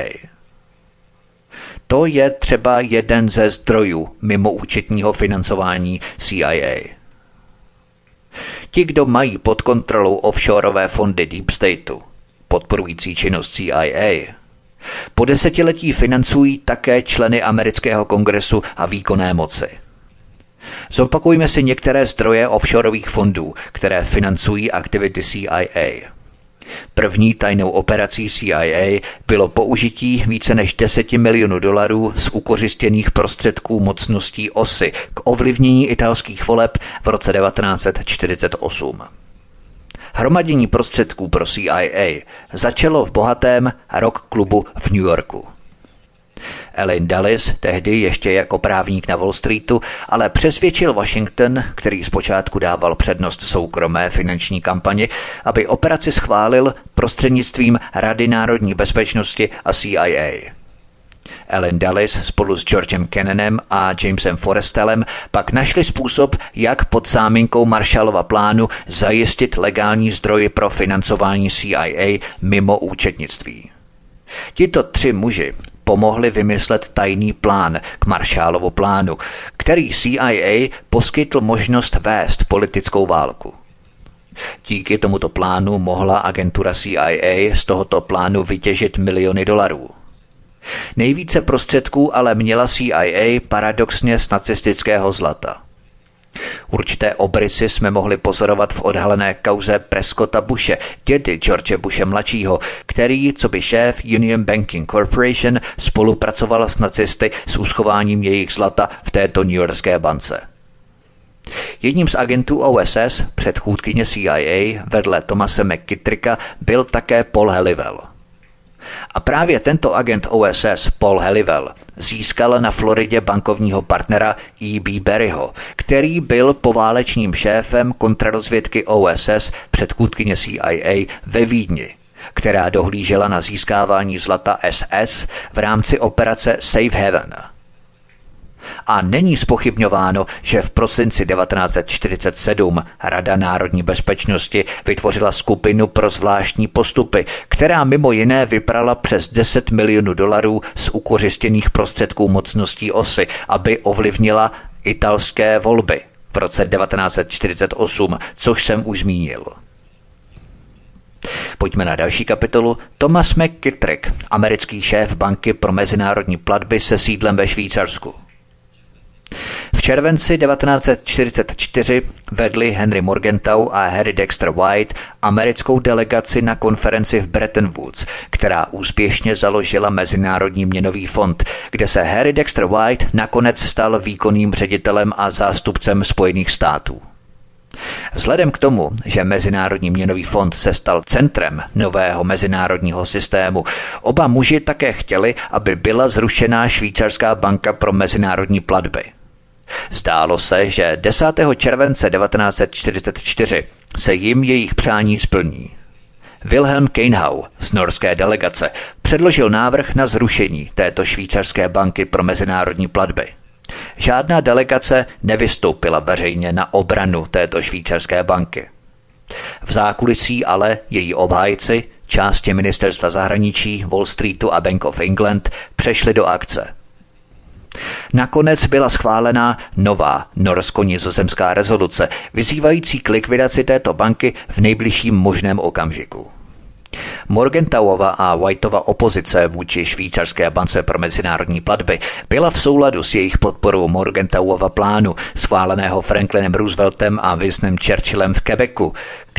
To je třeba jeden ze zdrojů mimoúčetního financování CIA. Ti, kdo mají pod kontrolou offshoreové fondy Deep Stateu, podporující činnost CIA, po desetiletí financují také členy amerického kongresu a výkonné moci. Zopakujme si některé zdroje offshoreových fondů, které financují aktivity CIA. První tajnou operací CIA bylo použití více než $10 milionů z ukořistěných prostředků mocností OSY k ovlivnění italských voleb v roce 1948. Hromadění prostředků pro CIA začalo v bohatém rock klubu v New Yorku. Ellen Dulles, tehdy ještě jako právník na Wall Streetu, ale přesvědčil Washington, který zpočátku dával přednost soukromé finanční kampani, aby operaci schválil prostřednictvím Rady národní bezpečnosti a CIA. Ellen Dulles spolu s Georgem Kennanem a Jamesem Forrestalem pak našli způsob, jak pod záminkou Marshallova plánu zajistit legální zdroje pro financování CIA mimo účetnictví. Tito tři muži pomohli vymyslet tajný plán k Marshallovu plánu, který CIA poskytl možnost vést politickou válku. Díky tomuto plánu mohla agentura CIA z tohoto plánu vytěžit miliony dolarů. Nejvíce prostředků ale měla CIA paradoxně z nacistického zlata. Určité obrysy jsme mohli pozorovat v odhalené kauze Prescotta Bushe, dědy George Bushe mladšího, který, coby šéf Union Banking Corporation, spolupracoval s nacisty s uschováním jejich zlata v této newyorské bance. Jedním z agentů OSS, předchůdkyně CIA, vedle Thomase McKittricka, byl také Paul Halliwell. A právě tento agent OSS Paul Halliwell získal na Floridě bankovního partnera E.B. Berryho, který byl poválečním šéfem kontrarozvědky OSS předchůdkyně CIA ve Vídni, která dohlížela na získávání zlata SS v rámci operace Safe Haven. A není zpochybňováno, že v prosinci 1947 Rada národní bezpečnosti vytvořila skupinu pro zvláštní postupy, která mimo jiné vyprala přes $10 milionů z ukořistěných prostředků mocností OSY, aby ovlivnila italské volby v roce 1948, což jsem už zmínil. Pojďme na další kapitolu. Thomas McKittrick, americký šéf banky pro mezinárodní platby se sídlem ve Švýcarsku. V červenci 1944 vedli Henry Morgenthau a Harry Dexter White americkou delegaci na konferenci v Bretton Woods, která úspěšně založila Mezinárodní měnový fond, kde se Harry Dexter White nakonec stal výkonným ředitelem a zástupcem Spojených států. Vzhledem k tomu, že Mezinárodní měnový fond se stal centrem nového mezinárodního systému, oba muži také chtěli, aby byla zrušená Švýcarská banka pro mezinárodní platby. Zdálo se, že 10. července 1944 se jim jejich přání splní. Wilhelm Keinhau z norské delegace předložil návrh na zrušení této švýcarské banky pro mezinárodní platby. Žádná delegace nevystoupila veřejně na obranu této švýcarské banky. V zákulisí ale její obhájci, části ministerstva zahraničí, Wall Streetu a Bank of England přešli do akce. Nakonec byla schválena nová norsko-nizozemská rezoluce, vyzývající k likvidaci této banky v nejbližším možném okamžiku. Morgenthauova a Whiteova opozice vůči švýcarské bance pro mezinárodní platby byla v souladu s jejich podporou Morgenthauova plánu, schváleného Franklinem Rooseveltem a Winstonem Churchillem v Quebecu,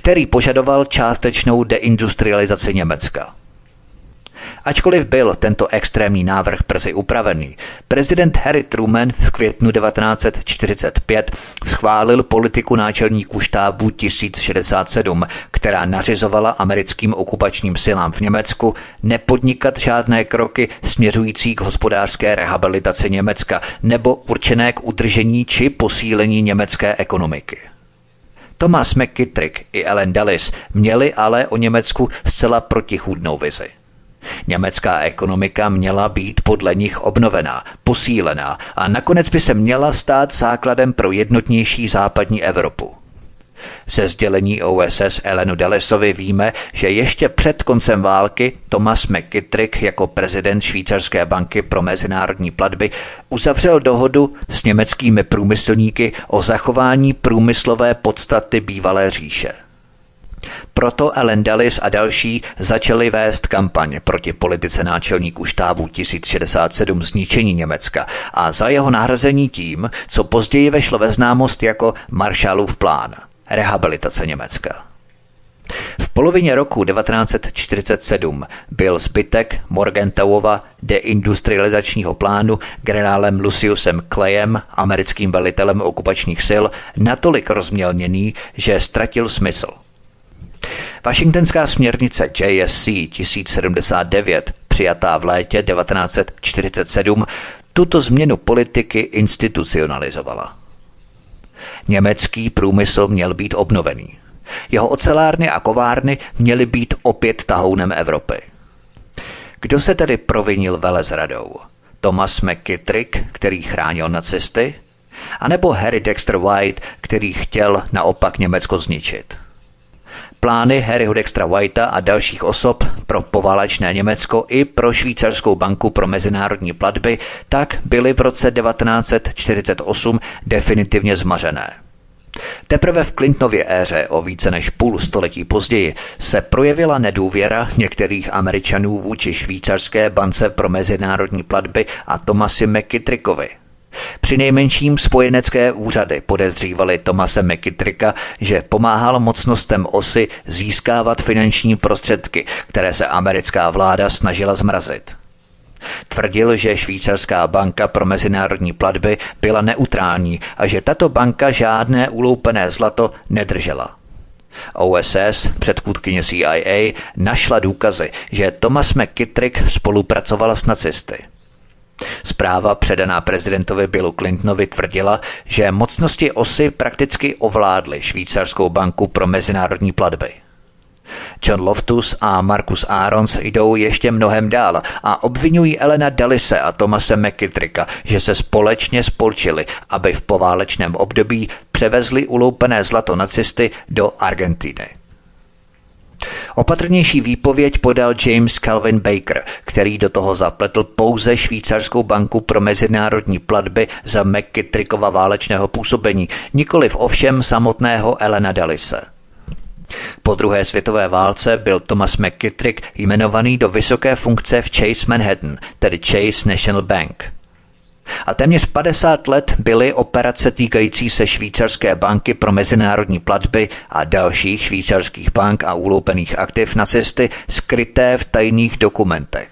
který požadoval částečnou deindustrializaci Německa. Ačkoliv byl tento extrémní návrh brzy upravený, prezident Harry Truman v květnu 1945 schválil politiku náčelníků štábu 1067, která nařizovala americkým okupačním silám v Německu nepodnikat žádné kroky směřující k hospodářské rehabilitaci Německa nebo určené k udržení či posílení německé ekonomiky. Thomas McKittrick i Allen Dulles měli ale o Německu zcela protichůdnou vizi. Německá ekonomika měla být podle nich obnovená, posílená a nakonec by se měla stát základem pro jednotnější západní Evropu. Ze sdělení OSS Allenu Dullesovi víme, že ještě před koncem války Thomas McKittrick jako prezident Švýcarské banky pro mezinárodní platby uzavřel dohodu s německými průmyslníky o zachování průmyslové podstaty bývalé říše. Proto Allen Dulles a další začali vést kampaň proti politice náčelníků štábu 1067 zničení Německa a za jeho nahrazení tím, co později vešlo ve známost jako Marshallův plán – rehabilitace Německa. V polovině roku 1947 byl zbytek Morgenthauova deindustrializačního plánu generálem Luciusem Clayem, americkým velitelem okupačních sil, natolik rozmělněný, že ztratil smysl. Washingtonská směrnice JSC 1079, přijatá v létě 1947, tuto změnu politiky institucionalizovala. Německý průmysl měl být obnovený. Jeho ocelárny a kovárny měly být opět tahounem Evropy. Kdo se tedy provinil velezradou? Thomas McKittrick, který chránil nacisty? A nebo Harry Dexter White, který chtěl naopak Německo zničit? Plány Harryho Dextera Whitea a dalších osob pro poválečné Německo i pro Švýcarskou banku pro mezinárodní platby tak byly v roce 1948 definitivně zmařené. Teprve v Clintonově éře o více než půl století později se projevila nedůvěra některých Američanů vůči Švýcarské bance pro mezinárodní platby a Thomasi McKittrickovi. Přinejmenším spojenecké úřady podezřívali Thomase McKittricka, že pomáhal mocnostem OSY získávat finanční prostředky, které se americká vláda snažila zmrazit. Tvrdil, že Švýcarská banka pro mezinárodní platby byla neutrální a že tato banka žádné uloupené zlato nedržela. OSS, předchůdkyně CIA, našla důkazy, že Thomas McKittrick spolupracoval s nacisty. Zpráva předaná prezidentovi Billu Clintonovi tvrdila, že mocnosti OSY prakticky ovládly Švýcarskou banku pro mezinárodní platby. John Loftus a Marcus Arons jdou ještě mnohem dál a obvinují Allena Dullese a Thomase McKittricka, že se společně spolčili, aby v poválečném období převezli uloupené zlato nacisty do Argentiny. Opatrnější výpověď podal James Calvin Baker, který do toho zapletl pouze Švýcarskou banku pro mezinárodní platby za McKittrickova válečného působení, nikoliv ovšem samotného Allena Dullese. Po druhé světové válce byl Thomas McKittrick jmenovaný do vysoké funkce v Chase Manhattan, tedy Chase National Bank. A téměř 50 let byly operace týkající se Švýcarské banky pro mezinárodní platby a dalších švýcarských bank a uloupených aktiv nacisty skryté v tajných dokumentech.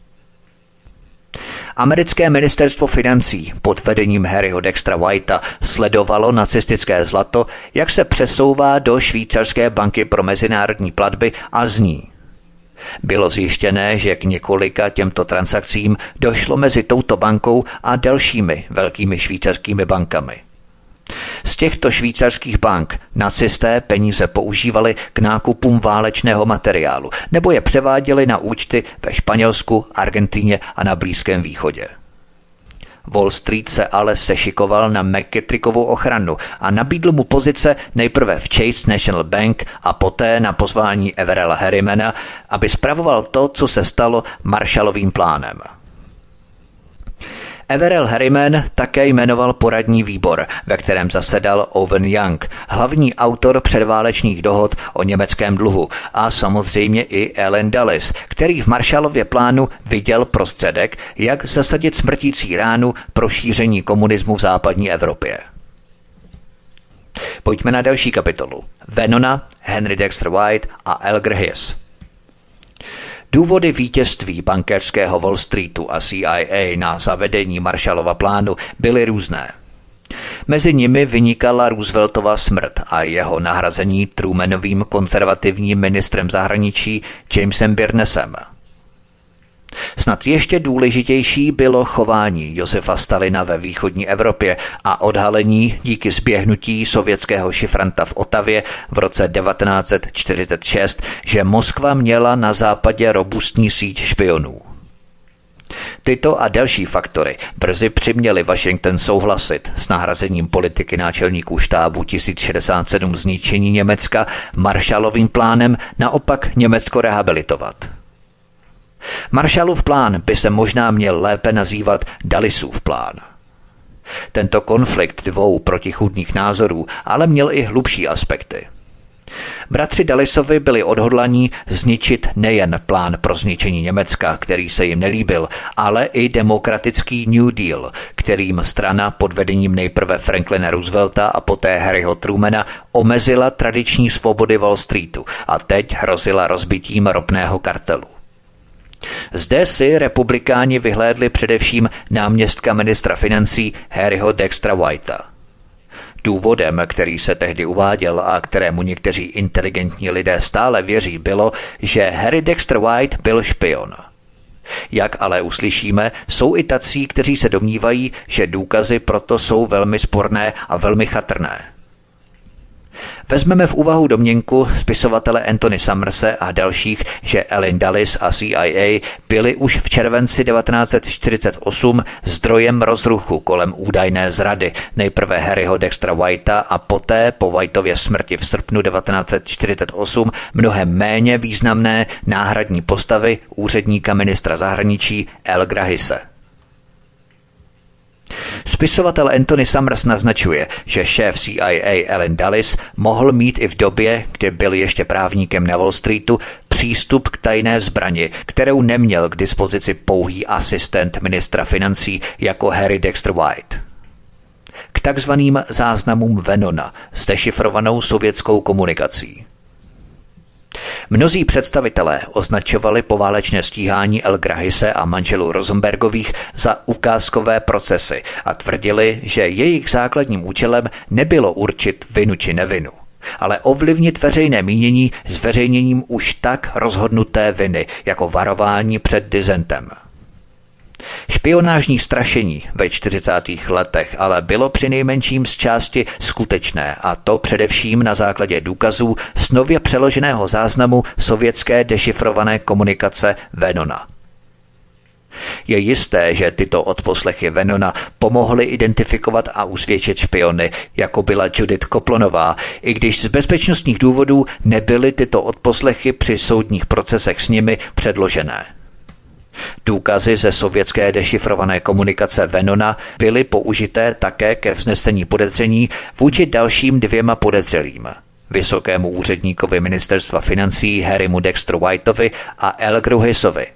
Americké ministerstvo financí pod vedením Harryho Dextera Whitea sledovalo nacistické zlato, jak se přesouvá do Švýcarské banky pro mezinárodní platby a z ní. Bylo zjištěné, že k několika těmto transakcím došlo mezi touto bankou a dalšími velkými švýcarskými bankami. Z těchto švýcarských bank nacisté peníze používali k nákupům válečného materiálu nebo je převáděli na účty ve Španělsku, Argentíně a na Blízkém východě. Wall Street se ale sešikoval na McKittrickovu ochranu a nabídl mu pozice nejprve v Chase National Bank a poté na pozvání Averella Harrimana, aby spravoval to, co se stalo Marshallovým plánem. Averell Harriman také jmenoval poradní výbor, ve kterém zasedal Owen Young, hlavní autor předválečných dohod o německém dluhu a samozřejmě i Allen Dulles, který v Marshallově plánu viděl prostředek, jak zasadit smrtící ránu pro šíření komunismu v západní Evropě. Pojďme na další kapitolu. Venona, Henry Dexter White a Elgar Hiss. Důvody vítězství bankéřského Wall Streetu a CIA na zavedení Marshallova plánu byly různé. Mezi nimi vynikala Rooseveltova smrt a jeho nahrazení Trumanovým konzervativním ministrem zahraničí Jamesem Byrnesem. Snad ještě důležitější bylo chování Josefa Stalina ve východní Evropě a odhalení díky zběhnutí sovětského šifranta v Ottawě v roce 1946, že Moskva měla na západě robustní síť špionů. Tyto a další faktory brzy přiměly Washington souhlasit s nahrazením politiky náčelníků štábu 1067 zničení Německa Marshallovým plánem naopak Německo rehabilitovat. Marshallův plán by se možná měl lépe nazývat Dullesův plán. Tento konflikt dvou protichůdných názorů ale měl i hlubší aspekty. Bratři Dullesovi byli odhodlaní zničit nejen plán pro zničení Německa, který se jim nelíbil, ale i demokratický New Deal, kterým strana pod vedením nejprve Franklina Roosevelta a poté Harryho Trumana omezila tradiční svobody Wall Streetu a teď hrozila rozbitím ropného kartelu. Zde si republikáni vyhlédli především náměstka ministra financí Harryho Dextera Whitea. Důvodem, který se tehdy uváděl a kterému někteří inteligentní lidé stále věří, bylo, že Harry Dexter White byl špion. Jak ale uslyšíme, jsou i tací, kteří se domnívají, že důkazy proto jsou velmi sporné a velmi chatrné. Vezmeme v úvahu domněnku spisovatele Anthony Summerse a dalších, že Allen Dulles a CIA byli už v červenci 1948 zdrojem rozruchu kolem údajné zrady nejprve Harryho Dextera Whitea a poté po Whiteově smrti v srpnu 1948 mnohem méně významné náhradní postavy úředníka ministra zahraničí Elgara Hisse. Spisovatel Anthony Summers naznačuje, že šéf CIA Allen Dulles mohl mít i v době, kdy byl ještě právníkem na Wall Streetu, přístup k tajné zbrani, kterou neměl k dispozici pouhý asistent ministra financí jako Harry Dexter White. K takzvaným záznamům Venona s dešifrovanou sovětskou komunikací. Mnozí představitelé označovali poválečné stíhání Elgara Hisse a manželů Rosenbergových za ukázkové procesy a tvrdili, že jejich základním účelem nebylo určit vinu či nevinu, ale ovlivnit veřejné mínění zveřejněním už tak rozhodnuté viny jako varování před disentem. Špionážní strašení ve 40. letech ale bylo přinejmenším z části skutečné, a to především na základě důkazů z nově přeloženého záznamu sovětské dešifrované komunikace Venona. Je jisté, že tyto odposlechy Venona pomohly identifikovat a usvědčit špiony, jako byla Judith Koplonová, i když z bezpečnostních důvodů nebyly tyto odposlechy při soudních procesech s nimi předložené. Důkazy ze sovětské dešifrované komunikace Venona byly použité také ke vznesení podezření vůči dalším dvěma podezřelým, vysokému úředníkovi ministerstva financí Harrymu Dexteru Whiteovi a Elgaru Hissovi.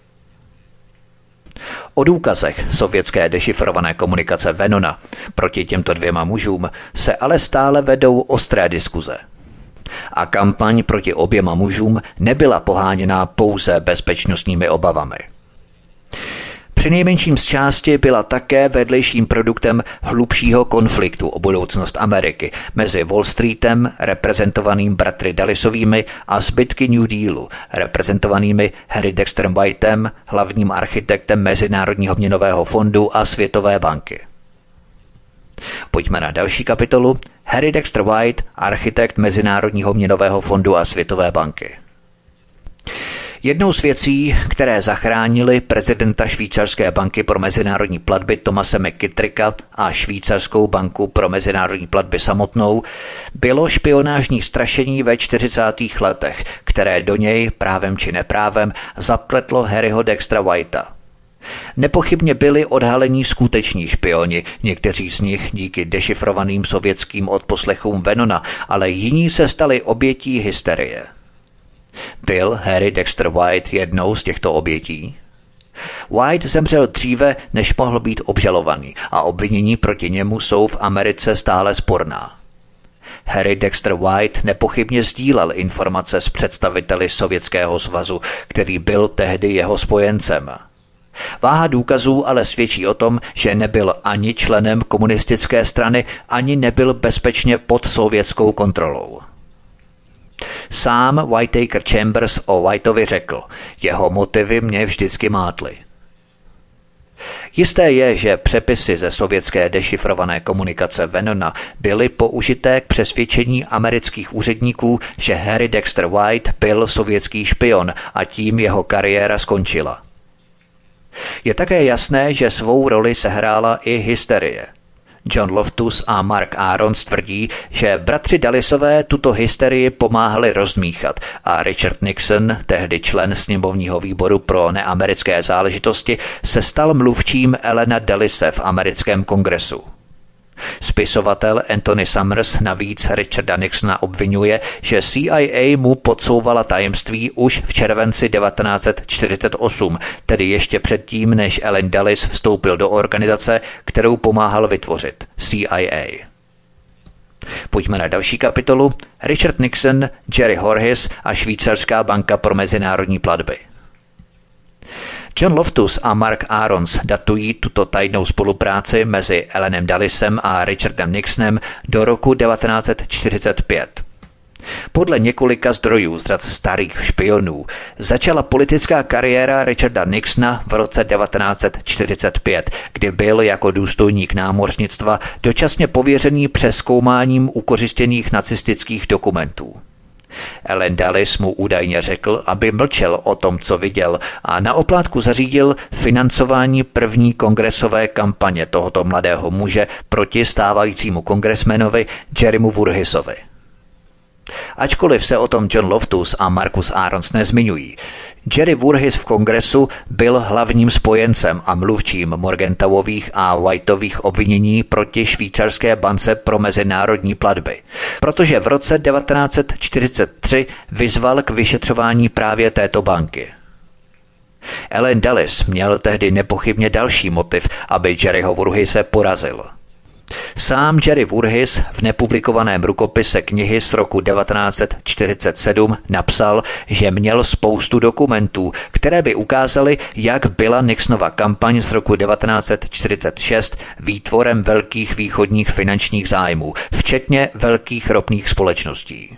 O důkazech sovětské dešifrované komunikace Venona proti těmto dvěma mužům se ale stále vedou ostré diskuze. A kampaň proti oběma mužům nebyla poháněná pouze bezpečnostními obavami. Přinejmenším z části byla také vedlejším produktem hlubšího konfliktu o budoucnost Ameriky mezi Wall Streetem, reprezentovaným bratry Dullesovými, a zbytky New Dealu, reprezentovanými Harry Dexterem Whiteem, hlavním architektem Mezinárodního měnového fondu a Světové banky. Pojďme na další kapitolu. Harry Dexter White, architekt Mezinárodního měnového fondu a Světové banky. Jednou z věcí, které zachránili prezidenta švýcarské banky pro mezinárodní platby Thomase McKittricka a švýcarskou banku pro mezinárodní platby samotnou, bylo špionážní strašení ve 40. letech, které do něj právem či neprávem zapletlo Harryho Dextera Whitea. Nepochybně byli odhalení skuteční špioni, někteří z nich díky dešifrovaným sovětským odposlechům Venona, ale jiní se stali obětí hysterie. Byl Harry Dexter White jednou z těchto obětí? White zemřel dříve, než mohl být obžalovaný, a obvinění proti němu jsou v Americe stále sporná. Harry Dexter White nepochybně sdílel informace s představiteli Sovětského svazu, který byl tehdy jeho spojencem. Váha důkazů ale svědčí o tom, že nebyl ani členem komunistické strany, ani nebyl bezpečně pod sovětskou kontrolou. Sám Whittaker Chambers o Whiteovi řekl, jeho motivy mě vždycky mátly. Jisté je, že přepisy ze sovětské dešifrované komunikace Vennona byly použité k přesvědčení amerických úředníků, že Harry Dexter White byl sovětský špion a tím jeho kariéra skončila. Je také jasné, že svou roli sehrála i hysterie. John Loftus a Mark Arons tvrdí, že bratři Dullisové tuto hysterii pomáhali rozmíchat a Richard Nixon, tehdy člen sněmovního výboru pro neamerické záležitosti, se stal mluvčím Allena Dullise v americkém kongresu. Spisovatel Anthony Summers navíc Richarda Nixona obvinuje, že CIA mu podsouvala tajemství už v červenci 1948, tedy ještě předtím, než Allen Dulles vstoupil do organizace, kterou pomáhal vytvořit, CIA. Pojďme na další kapitolu. Richard Nixon, Jerry Voorhis a Švýcarská banka pro mezinárodní platby. John Loftus a Mark Arons datují tuto tajnou spolupráci mezi Allenem Dullisem a Richardem Nixonem do roku 1945. Podle několika zdrojů z řad starých špionů začala politická kariéra Richarda Nixona v roce 1945, kdy byl jako důstojník námořnictva dočasně pověřený přezkoumáním ukořistěných nacistických dokumentů. Allen Dulles mu údajně řekl, aby mlčel o tom, co viděl, a na oplátku zařídil financování první kongresové kampaně tohoto mladého muže proti stávajícímu kongresmenovi Jerrymu Voorhisovi. Ačkoliv se o tom John Loftus a Marcus Arons nezmiňují, Jerry Voorhis v kongresu byl hlavním spojencem a mluvčím Morgenthauových a Whiteových obvinění proti Švýcarské bance pro mezinárodní platby, protože v roce 1943 vyzval k vyšetřování právě této banky. Allen Dulles měl tehdy nepochybně další motiv, aby Jerryho Voorhise porazil. Sám Jerry Voorhis v nepublikovaném rukopise knihy z roku 1947 napsal, že měl spoustu dokumentů, které by ukázaly, jak byla Nixonova kampaň z roku 1946 výtvorem velkých východních finančních zájmů, včetně velkých ropných společností.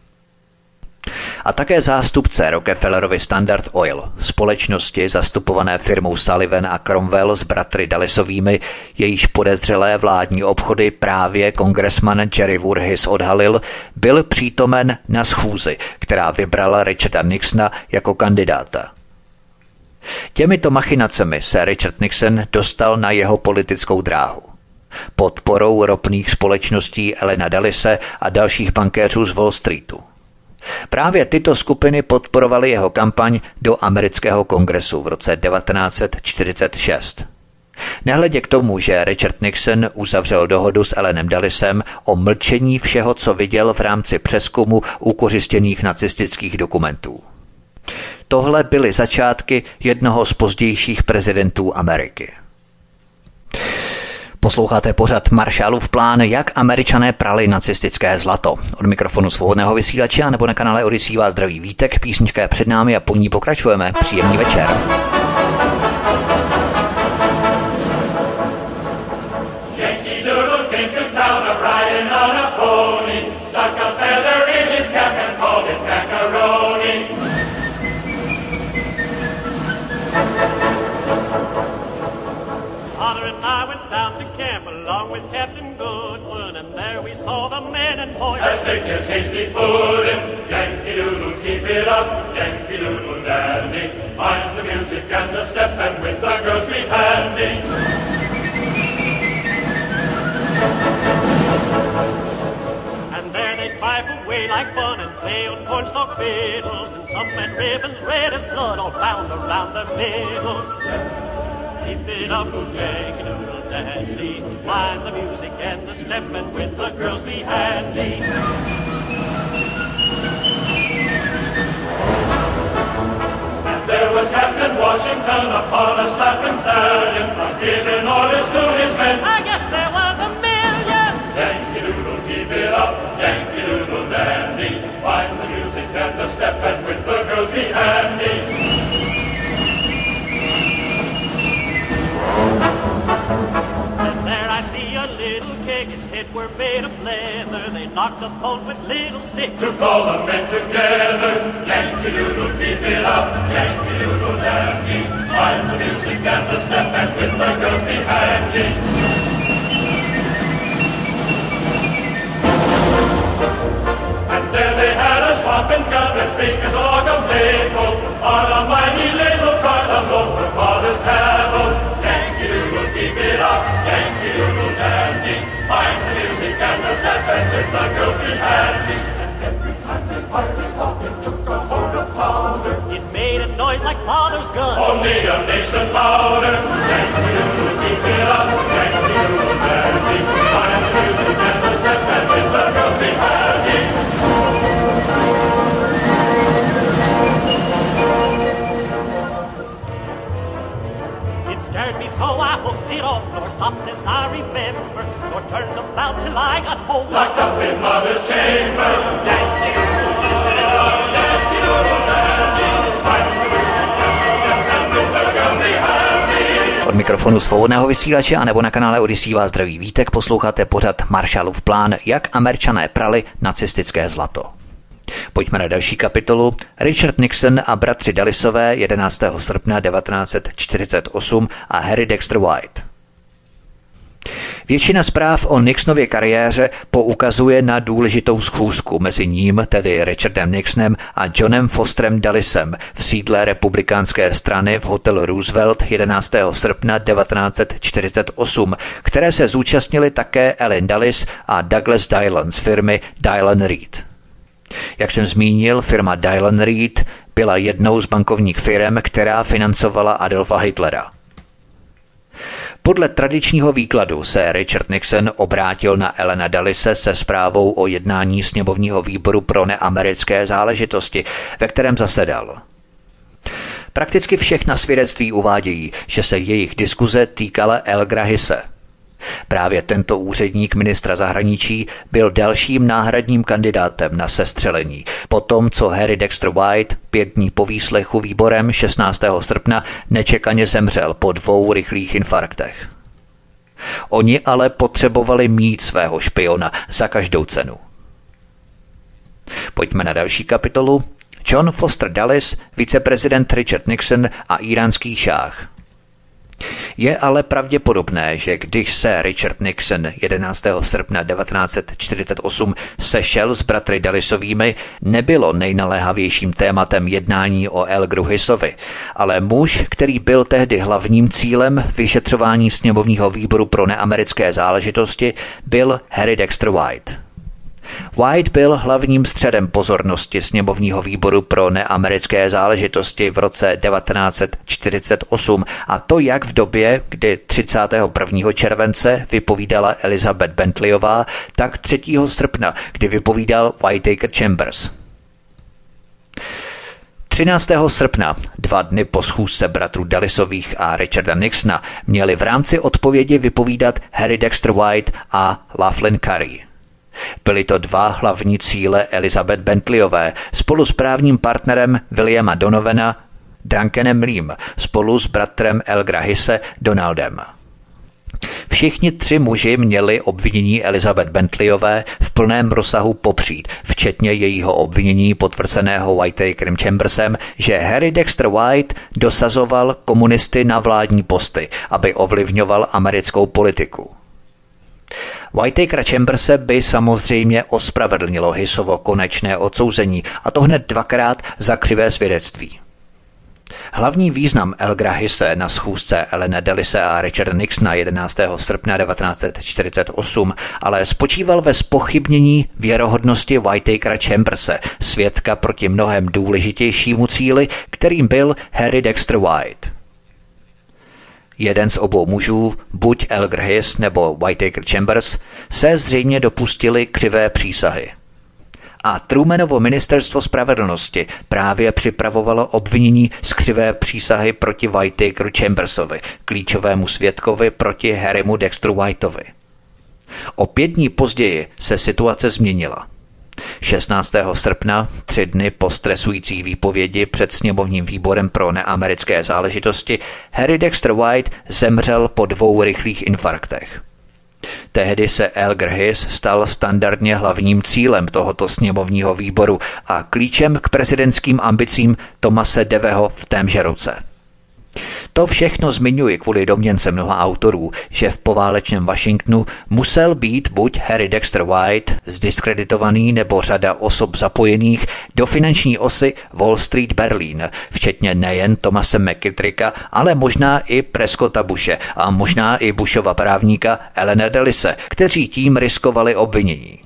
A také zástupce Rockefellerovy Standard Oil, společnosti zastupované firmou Sullivan a Cromwell s bratry Dullisovými, jejíž podezřelé vládní obchody právě kongresman Jerry Voorhis odhalil, byl přítomen na schůzi, která vybrala Richarda Nixona jako kandidáta. Těmito machinacemi se Richard Nixon dostal na jeho politickou dráhu. Podporou ropných společností Allena Dullise a dalších bankéřů z Wall Streetu. Právě tyto skupiny podporovaly jeho kampaň do amerického kongresu v roce 1946. Nehledě k tomu, že Richard Nixon uzavřel dohodu s Allenem Dullisem o mlčení všeho, co viděl v rámci přezkumu ukořistěných nacistických dokumentů. Tohle byly začátky jednoho z pozdějších prezidentů Ameriky. Posloucháte pořad Marshallův plán, jak Američané prali nacistické zlato. Od mikrofonu Svobodného vysílače a nebo na kanále Odyssey vás zdraví Vítek, písnička je před námi a po ní pokračujeme. Příjemný večer. Along with Captain Goodwin, and there we saw the men and boys as thick as hasty pudding. Yankee Doodle, keep it up, Yankee Doodle dandy. Mind the music and the step, and with the girls be handy. And there they pipe away like fun and play on cornstalk fiddles, and some had ribbons red as blood all bound around their middles. Keep it up, Yankee Doodle dandy. Mind the music and the step, and with the girls be handy. And there was Captain Washington upon a slapping stallion, giving orders to his men. I guess there was a million. Yankee Doodle, keep it up, Yankee got a phone with little sticks to call the men together. Yankee Doodle, keep it up, Yankee Doodle dandy. Find the music and the step and with the girls be handy. And there they had a swamping gun as big as a log of maple on a mighty little cart of load for father's cattle. Yankee Doodle, keep it up, Yankee Doodle dandy. Find the music and the step and with the girls be handy. And every time they fired it off, it took a load of powder. It made a noise like father's gun. Only a nation louder. Yankee Doodle, keep it up, Yankee Doodle dandy. Find the music and the step and with the girls be handy. It scared me so I hooked it off, nor stopped as I remember, nor turned about till I got home. Locked up in mother's chamber. Yankee Doodle, keep it up, Yankee Doodle dandy. Find the music and the step and with the girls be handy. Od mikrofonu Svobodného vysílače a nebo na kanále Odyssey vás zdraví Vítek, posloucháte pořad Marshallův plán, jak Američané prali nacistické zlato. Pojďme na další kapitolu. Richard Nixon a bratři Dullisové 11. srpna 1948 a Harry Dexter White. Většina zpráv o Nixonově kariéře poukazuje na důležitou schůzku mezi ním, tedy Richardem Nixonem a Johnem Fosterem Dullisem v sídle republikánské strany v hotelu Roosevelt 11. srpna 1948, které se zúčastnili také Ellen Dulles a Douglas Dillon z firmy Dillon Read. Jak jsem zmínil, firma Dillon Read byla jednou z bankovních firm, která financovala Adolfa Hitlera. Podle tradičního výkladu se Richard Nixon obrátil na Ellena Dullise se zprávou o jednání sněmovního výboru pro neamerické záležitosti, ve kterém zasedal. Prakticky všechna svědectví uvádějí, že se jejich diskuze týkala El Grahise. Právě tento úředník ministra zahraničí byl dalším náhradním kandidátem na sestřelení, potom co Harry Dexter White 5 dní po výslechu výborem 16. srpna nečekaně zemřel po 2 rychlých infarktech. Oni ale potřebovali mít svého špiona za každou cenu. Pojďme na další kapitolu. John Foster Dulles, viceprezident Richard Nixon a íránský šáh. Je ale pravděpodobné, že když se Richard Nixon 11. srpna 1948 sešel s bratry Dullisovými, nebylo nejnaléhavějším tématem jednání o El Gruhisovi, ale muž, který byl tehdy hlavním cílem vyšetřování sněmovního výboru pro neamerické záležitosti, byl Harry Dexter White. White byl hlavním středem pozornosti sněmovního výboru pro neamerické záležitosti v roce 1948 a to jak v době, kdy 31. července vypovídala Elizabeth Bentleyová, tak 3. srpna, kdy vypovídal Whittaker Chambers. 13. srpna, 2 dny po schůzce bratrů Dullisových a Richarda Nixona, měli v rámci odpovědi vypovídat Harry Dexter White a Laughlin Curry. Byly to 2 hlavní cíle Elizabeth Bentleyové spolu s právním partnerem Williama Donovana, Duncanem Leem, spolu s bratrem El Grahise Donaldem. Všichni 3 muži měli obvinění Elizabeth Bentleyové v plném rozsahu popřít, včetně jejího obvinění potvrzeného Whittakerem Chambersem, že Harry Dexter White dosazoval komunisty na vládní posty, aby ovlivňoval americkou politiku. Whittakera Chamberse by samozřejmě ospravedlnilo Hisovo konečné odsouzení, a to hned 2krát za křivé svědectví. Hlavní význam El Grahise na schůzce Ellena Dullise a Richarda Nixona 11. srpna 1948 ale spočíval ve zpochybnění věrohodnosti Whittakera Chamberse, svědka proti mnohem důležitějšímu cíli, kterým byl Harry Dexter White. Jeden z obou mužů, buď El Grahis nebo Whittaker Chambers, se zřejmě dopustili křivé přísahy. A Trumanovo ministerstvo spravedlnosti právě připravovalo obvinění z křivé přísahy proti Whittakeru Chambersovi, klíčovému svědkovi proti Harrymu Dexteru Whiteovi. O 5 dní později se situace změnila. 16. srpna, 3 dny po stresující výpovědi před sněmovním výborem pro neamerické záležitosti, Harry Dexter White zemřel po 2 rychlých infarktech. Tehdy se Elgar Hiss stal standardně hlavním cílem tohoto sněmovního výboru a klíčem k prezidentským ambicím Thomase Deveho v témže roce. To všechno zmiňuji kvůli domněnce mnoha autorů, že v poválečném Washingtonu musel být buď Harry Dexter White, zdiskreditovaný, nebo řada osob zapojených do finanční osy Wall Street Berlin, včetně nejen Thomase McKittricka, ale možná i Prescotta Bushe a možná i Bushova právníka Allena Dullise, kteří tím riskovali obvinění.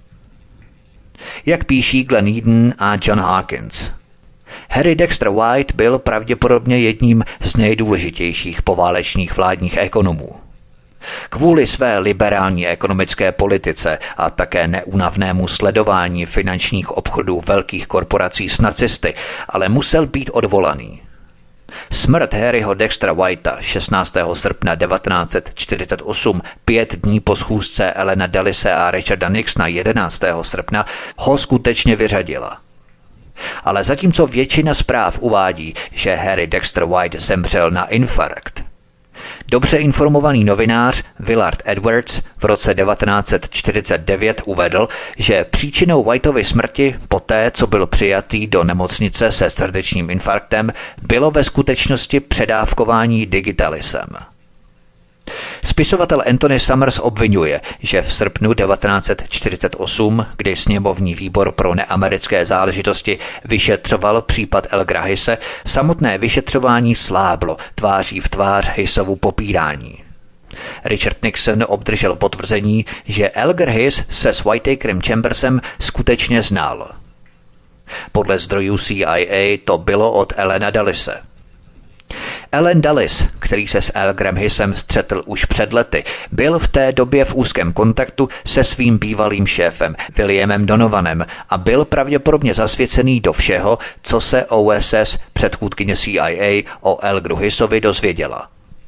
Jak píší Glenn Eden a John Hawkins, Harry Dexter White byl pravděpodobně jedním z nejdůležitějších poválečných vládních ekonomů. Kvůli své liberální ekonomické politice a také neúnavnému sledování finančních obchodů velkých korporací s nacisty, ale musel být odvolaný. Smrt Harryho Dextera Whitea 16. srpna 1948, 5 dní po schůzce Allena Dullise a Richarda Nixona 11. srpna, ho skutečně vyřadila. Ale zatímco většina zpráv uvádí, že Harry Dexter White zemřel na infarkt, dobře informovaný novinář Willard Edwards v roce 1949 uvedl, že příčinou Whiteovy smrti poté, co byl přijatý do nemocnice se srdečním infarktem, bylo ve skutečnosti předávkování digitalisem. Spisovatel Anthony Summers obvinuje, že v srpnu 1948, kdy sněmovní výbor pro neamerické záležitosti vyšetřoval případ Elgara Hisse, samotné vyšetřování sláblo tváří v tvář Hissovu popírání. Richard Nixon obdržel potvrzení, že Elgar Hiss se s Whittakerem Chambersem skutečně znal. Podle zdrojů CIA to bylo od Allena Dullise. Allen Dulles, který se s Elgarem Hissem střetl už před lety, byl v té době v úzkém kontaktu se svým bývalým šéfem Williamem Donovanem a byl pravděpodobně zasvěcený do všeho, co se OSS, předchůdkyně CIA, o Elgaru Hissovi dozvěděla.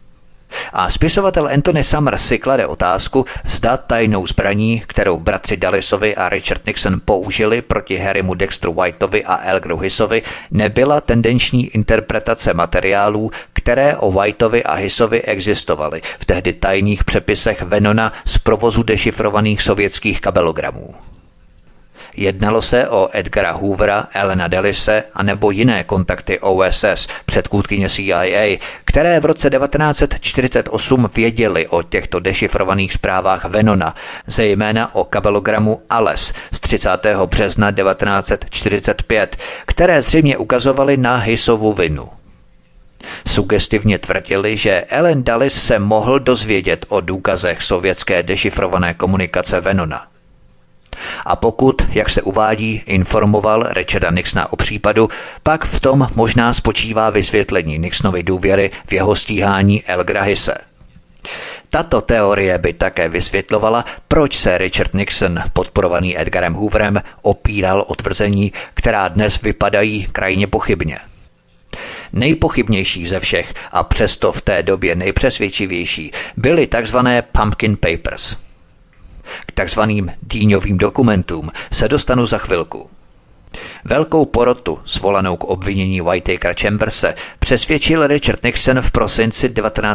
A spisovatel Anthony Summers si klade otázku, zda tajnou zbraní, kterou bratři Dullesovi a Richard Nixon použili proti Harrymu Dexteru Whiteovi a Elgaru Hissovi, nebyla tendenční interpretace materiálů, které o Whiteovi a Hissovi existovaly v tehdy tajných přepisech Venona z provozu dešifrovaných sovětských kabelogramů. Jednalo se o Edgara Hoovera, Allena Dullise a nebo jiné kontakty OSS, předchůdkyně CIA, které v roce 1948 věděli o těchto dešifrovaných zprávách Venona, zejména o kabelogramu ALES z 30. března 1945, které zřejmě ukazovaly na Hissovu vinu. Sugestivně tvrdili, že Allen Dulles se mohl dozvědět o důkazech sovětské dešifrované komunikace Venona. A pokud, jak se uvádí, informoval Richarda Nixona o případu, pak v tom možná spočívá vysvětlení Nixonovy důvěry v jeho stíhání Elgara Hisse. Tato teorie by také vysvětlovala, proč se Richard Nixon, podporovaný Edgarem Hooverem, opíral o tvrzení, která dnes vypadají krajně pochybně. Nejpochybnější ze všech a přesto v té době nejpřesvědčivější byly takzvané Pumpkin Papers. K takzvaným dýňovým dokumentům se dostanu za chvilku. Velkou porotu, svolanou k obvinění Whittakera Chamberse, přesvědčil Richard Nixon v prosinci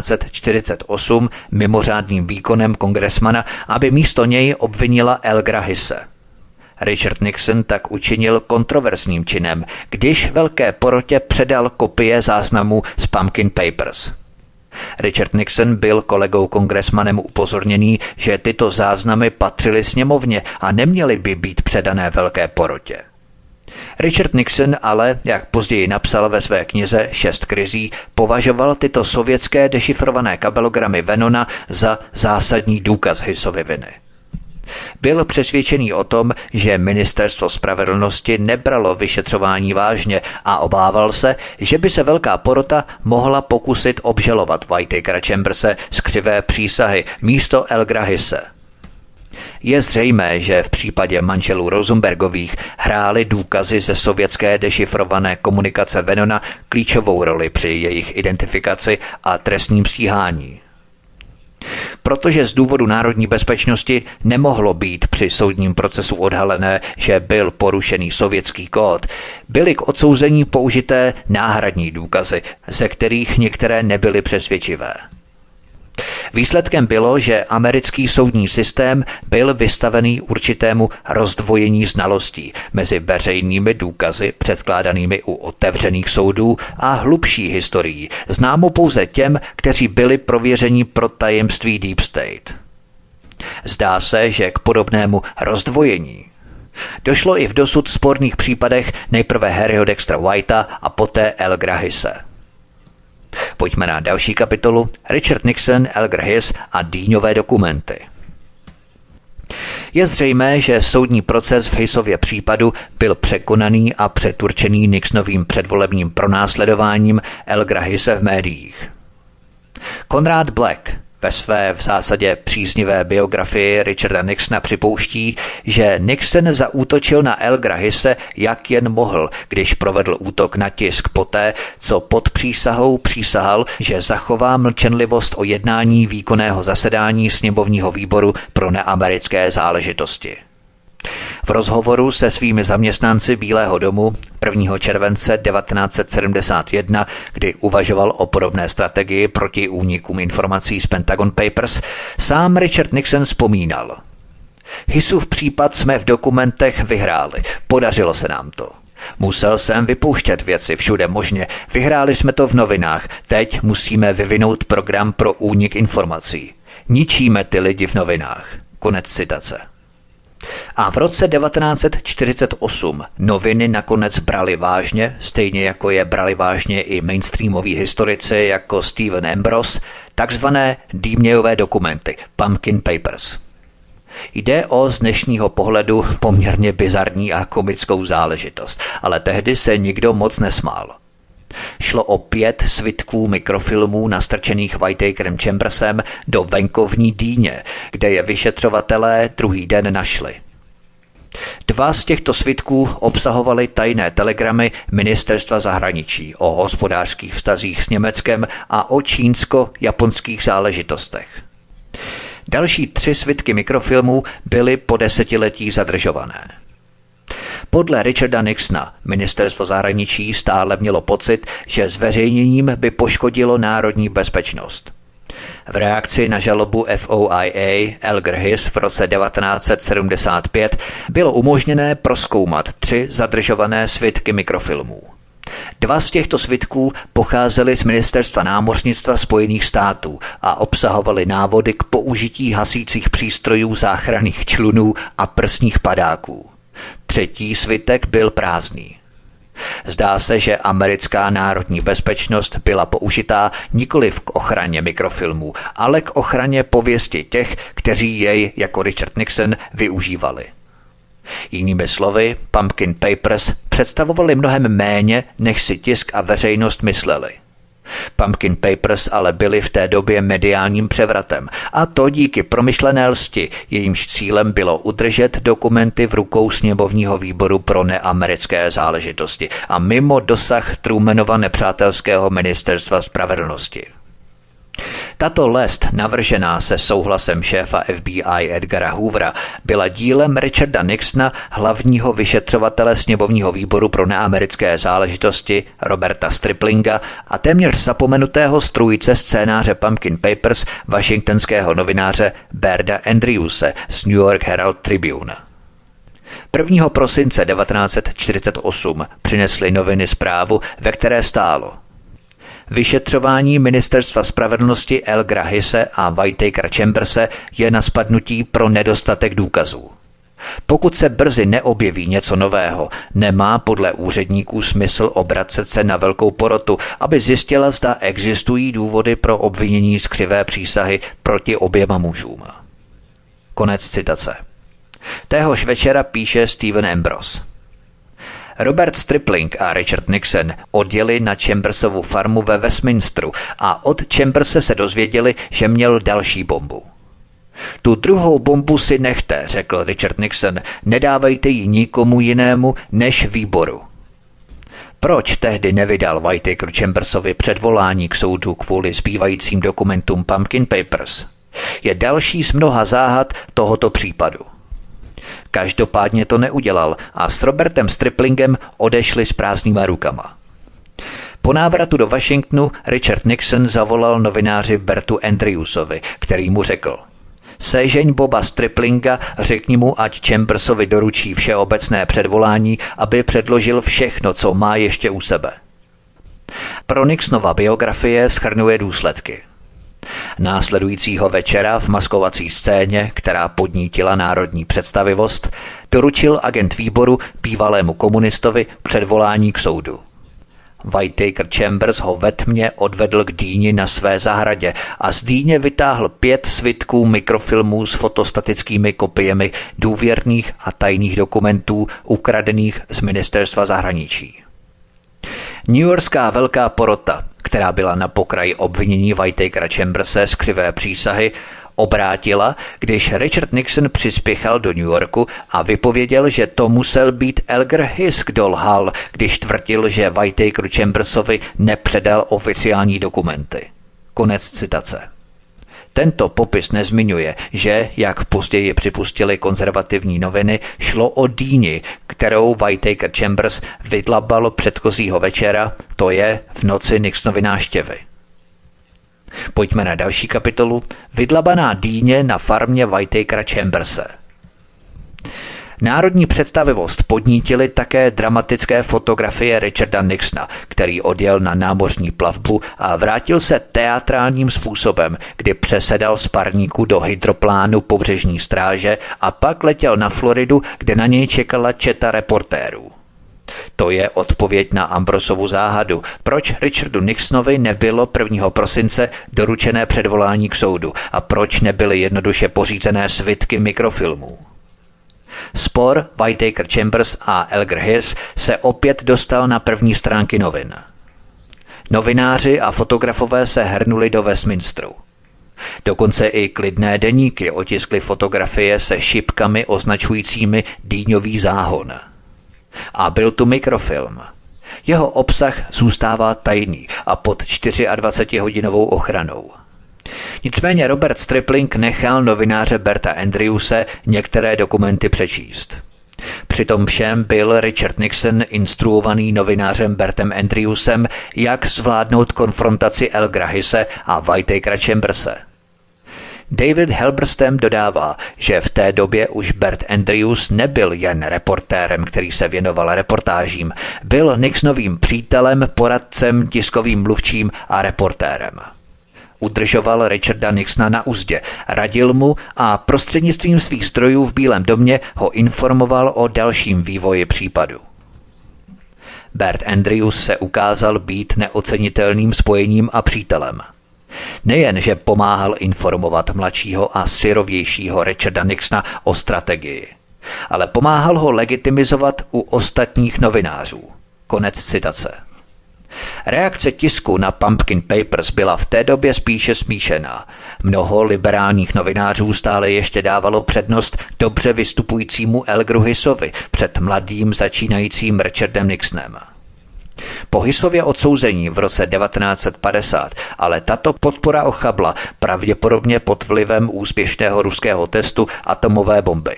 1948 mimořádným výkonem kongresmana, aby místo něj obvinila Elgara Hisse. Richard Nixon tak učinil kontroverzním činem, když velké porotě předal kopie záznamů z Pumpkin Papers. Richard Nixon byl kolegou kongresmanem upozorněný, že tyto záznamy patřily sněmovně a neměly by být předané velké porotě. Richard Nixon ale, jak později napsal ve své knize 6 krizí, považoval tyto sovětské dešifrované kabelogramy Venona za zásadní důkaz Hissovy viny. Byl přesvědčený o tom, že ministerstvo spravedlnosti nebralo vyšetřování vážně a obával se, že by se velká porota mohla pokusit obžalovat Whittakera Chamberse z křivé přísahy místo Elgara Hisse. Je zřejmé, že v případě manželů Rosenbergových hrály důkazy ze sovětské dešifrované komunikace Venona klíčovou roli při jejich identifikaci a trestním stíhání. Protože z důvodu národní bezpečnosti nemohlo být při soudním procesu odhalené, že byl porušený sovětský kód, byly k odsouzení použité náhradní důkazy, ze kterých některé nebyly přesvědčivé. Výsledkem bylo, že americký soudní systém byl vystavený určitému rozdvojení znalostí mezi veřejnými důkazy předkládanými u otevřených soudů a hlubší historií, známou pouze těm, kteří byli prověřeni pro tajemství Deep State. Zdá se, že k podobnému rozdvojení došlo i v dosud sporných případech nejprve Harryho Dextera Whitea a poté Elgera Hisse. Pojďme na další kapitolu. Richard Nixon, Elger Hiss a Deanové dokumenty. Je zřejmé, že soudní proces v Hissově případu byl překonaný a přeturčený Nixonovým předvolebním pronásledováním Elgera Hisse v médiích. Conrad Black ve své v zásadě příznivé biografii Richarda Nixona připouští, že Nixon zaútočil na Elgera Hisse jak jen mohl, když provedl útok na tisk poté, co pod přísahou přísahal, že zachová mlčenlivost o jednání výkonného zasedání sněmovního výboru pro neamerické záležitosti. V rozhovoru se svými zaměstnanci Bílého domu 1. července 1971, kdy uvažoval o podobné strategii proti únikům informací z Pentagon Papers, sám Richard Nixon vzpomínal: Hissův případ jsme v dokumentech vyhráli, podařilo se nám to. Musel jsem vypouštět věci všude možně, vyhráli jsme to v novinách, teď musíme vyvinout program pro únik informací. Ničíme ty lidi v novinách. Konec citace. A v roce 1948 noviny nakonec brali vážně, stejně jako je brali vážně i mainstreamoví historici jako Stephen Ambrose, takzvané Deanové dokumenty, Pumpkin Papers. Jde o z dnešního pohledu poměrně bizarní a komickou záležitost, ale tehdy se nikdo moc nesmál. Šlo o 5 svitků mikrofilmů nastrčených Whittakerem Chambersem do venkovní dýně, kde je vyšetřovatelé druhý den našli. 2 z těchto svitků obsahovaly tajné telegramy Ministerstva zahraničí o hospodářských vztazích s Německem a o čínsko-japonských záležitostech. Další 3 svitky mikrofilmů byly po desetiletí zadržované. Podle Richarda Nixona Ministerstvo zahraničí stále mělo pocit, že zveřejněním by poškodilo národní bezpečnost. V reakci na žalobu FOIA Elger Hiss v roce 1975 bylo umožněné prozkoumat 3 zadržované svitky mikrofilmů. 2 z těchto svitků pocházely z Ministerstva námořnictva Spojených států a obsahovaly návody k použití hasících přístrojů záchranných člunů a prsních padáků. 3. svitek byl prázdný. Zdá se, že americká národní bezpečnost byla použitá nikoliv k ochraně mikrofilmů, ale k ochraně pověsti těch, kteří jej jako Richard Nixon využívali. Jinými slovy, Pumpkin Papers představovaly mnohem méně, než si tisk a veřejnost mysleli. Pumpkin Papers ale byly v té době mediálním převratem, a to díky promyšlené lsti, jejímž cílem bylo udržet dokumenty v rukou sněmovního výboru pro neamerické záležitosti a mimo dosah Trumanova nepřátelského ministerstva spravedlnosti. Tato lest, navržená se souhlasem šéfa FBI Edgara Hoovera, byla dílem Richarda Nixona, hlavního vyšetřovatele sněmovního výboru pro neamerické záležitosti Roberta Striplinga a téměř zapomenutého strůjce scénáře Pumpkin Papers washingtonského novináře Berda Andrewse z New York Herald Tribune. 1. prosince 1948 přinesly noviny zprávu, ve které stálo: vyšetřování Ministerstva spravedlnosti Elgera Hisse a Whittakera Chamberse je na spadnutí pro nedostatek důkazů. Pokud se brzy neobjeví něco nového, nemá podle úředníků smysl obracet se na velkou porotu, aby zjistila, zda existují důvody pro obvinění z křivé přísahy proti oběma mužům. Konec citace. Téhož večera píše Stephen Ambrose: Robert Stripling a Richard Nixon odjeli na Chambersovu farmu ve Westminsteru a od Chamberse se dozvěděli, že měl další bombu. Tu druhou bombu si nechte, řekl Richard Nixon, nedávejte ji nikomu jinému než výboru. Proč tehdy nevydal Whittaker Chambersovi předvolání k soudu kvůli zbývajícím dokumentům Pumpkin Papers? Je další z mnoha záhad tohoto případu. Každopádně to neudělal a s Robertem Striplingem odešli s prázdnýma rukama. Po návratu do Washingtonu Richard Nixon zavolal novináři Bertu Andrewsovi, který mu řekl: sežeň Boba Striplinga, řekni mu, ať Chambersovi doručí všeobecné předvolání, aby předložil všechno, co má ještě u sebe. Pro Nixonova biografie shrnuje důsledky. Následujícího večera v maskovací scéně, která podnítila národní představivost, doručil agent výboru bývalému komunistovi předvolání k soudu. Whittaker Chambers ho ve tmě odvedl k dýni na své zahradě a z dýně vytáhl 5 svitků mikrofilmů s fotostatickými kopiemi důvěrných a tajných dokumentů ukradených z ministerstva zahraničí. Newyorská velká porota, která byla na pokraji obvinění Whittakera Chamberse z křivé přísahy, obrátila, když Richard Nixon přispěchal do New Yorku a vypověděl, že to musel být Elgar Hiss, kdo lhal, když tvrdil, že Whittakeru Chambersovi nepředal oficiální dokumenty. Konec citace. Tento popis nezmiňuje, že, jak později připustili konzervativní noviny, šlo o dýni, kterou Whittaker Chambers vydlabal předchozího večera, to je v noci Nixonovy návštěvy. Pojďme na další kapitolu. Vydlabaná dýně na farmě Whittakera Chamberse. Národní představivost podnítily také dramatické fotografie Richarda Nixona, který odjel na námořní plavbu a vrátil se teatrálním způsobem, kdy přesedal z parníku do hydroplánu pobřežní stráže a pak letěl na Floridu, kde na něj čekala četa reportérů. To je odpověď na Ambrosovu záhadu, proč Richardu Nixonovi nebylo 1. prosince doručené předvolání k soudu a proč nebyly jednoduše pořízené svitky mikrofilmů. Spor Whittaker Chambers a Elgar Hiss se opět dostal na první stránky novin. Novináři a fotografové se hrnuli do Westminsteru. Dokonce i klidné deníky otiskly fotografie se šipkami označujícími dýňový záhon. A byl tu mikrofilm. Jeho obsah zůstává tajný a pod 24hodinovou ochranou. Nicméně Robert Stripling nechal novináře Berta Andrewse některé dokumenty přečíst. Přitom všem byl Richard Nixon instruovaný novinářem Bertem Andrewsem, jak zvládnout konfrontaci Elgara Hisse a Whittakera Chamberse. David Halberstam dodává, že v té době už Bert Andrews nebyl jen reportérem, který se věnoval reportážím, byl Nixonovým přítelem, poradcem, tiskovým mluvčím a reportérem. Udržoval Richarda Nixona na uzdě, radil mu a prostřednictvím svých strojů v Bílém domě ho informoval o dalším vývoji případu. Bert Andrews se ukázal být neocenitelným spojením a přítelem. Nejen, že pomáhal informovat mladšího a syrovějšího Richarda Nixona o strategii, ale pomáhal ho legitimizovat u ostatních novinářů. Konec citace. Reakce tisku na Pumpkin Papers byla v té době spíše smíšená. Mnoho liberálních novinářů stále ještě dávalo přednost dobře vystupujícímu Elgaru Hissovi před mladým začínajícím Richardem Nixonem. Po Hissově odsouzení v roce 1950 ale tato podpora ochabla, pravděpodobně pod vlivem úspěšného ruského testu atomové bomby.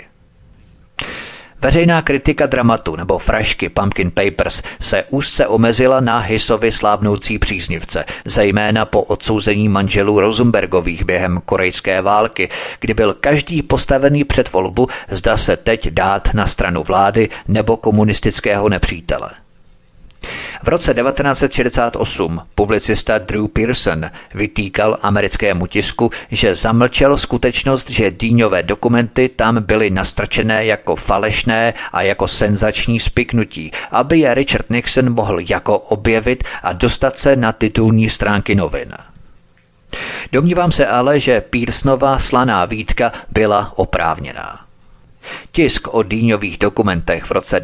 Veřejná kritika dramatu nebo frašky Pumpkin Papers se úzce omezila na Hissovi slábnoucí příznivce, zejména po odsouzení manželů Rosenbergových během korejské války, kdy byl každý postavený před volbu, zda se teď dát na stranu vlády nebo komunistického nepřítele. V roce 1968 publicista Drew Pearson vytýkal americkému tisku, že zamlčel skutečnost, že dýňové dokumenty tam byly nastrčené jako falešné a jako senzační spiknutí, aby je Richard Nixon mohl jako objevit a dostat se na titulní stránky novin. Domnívám se ale, že Pearsonova slaná výtka byla oprávněná. Tisk o dýňových dokumentech v roce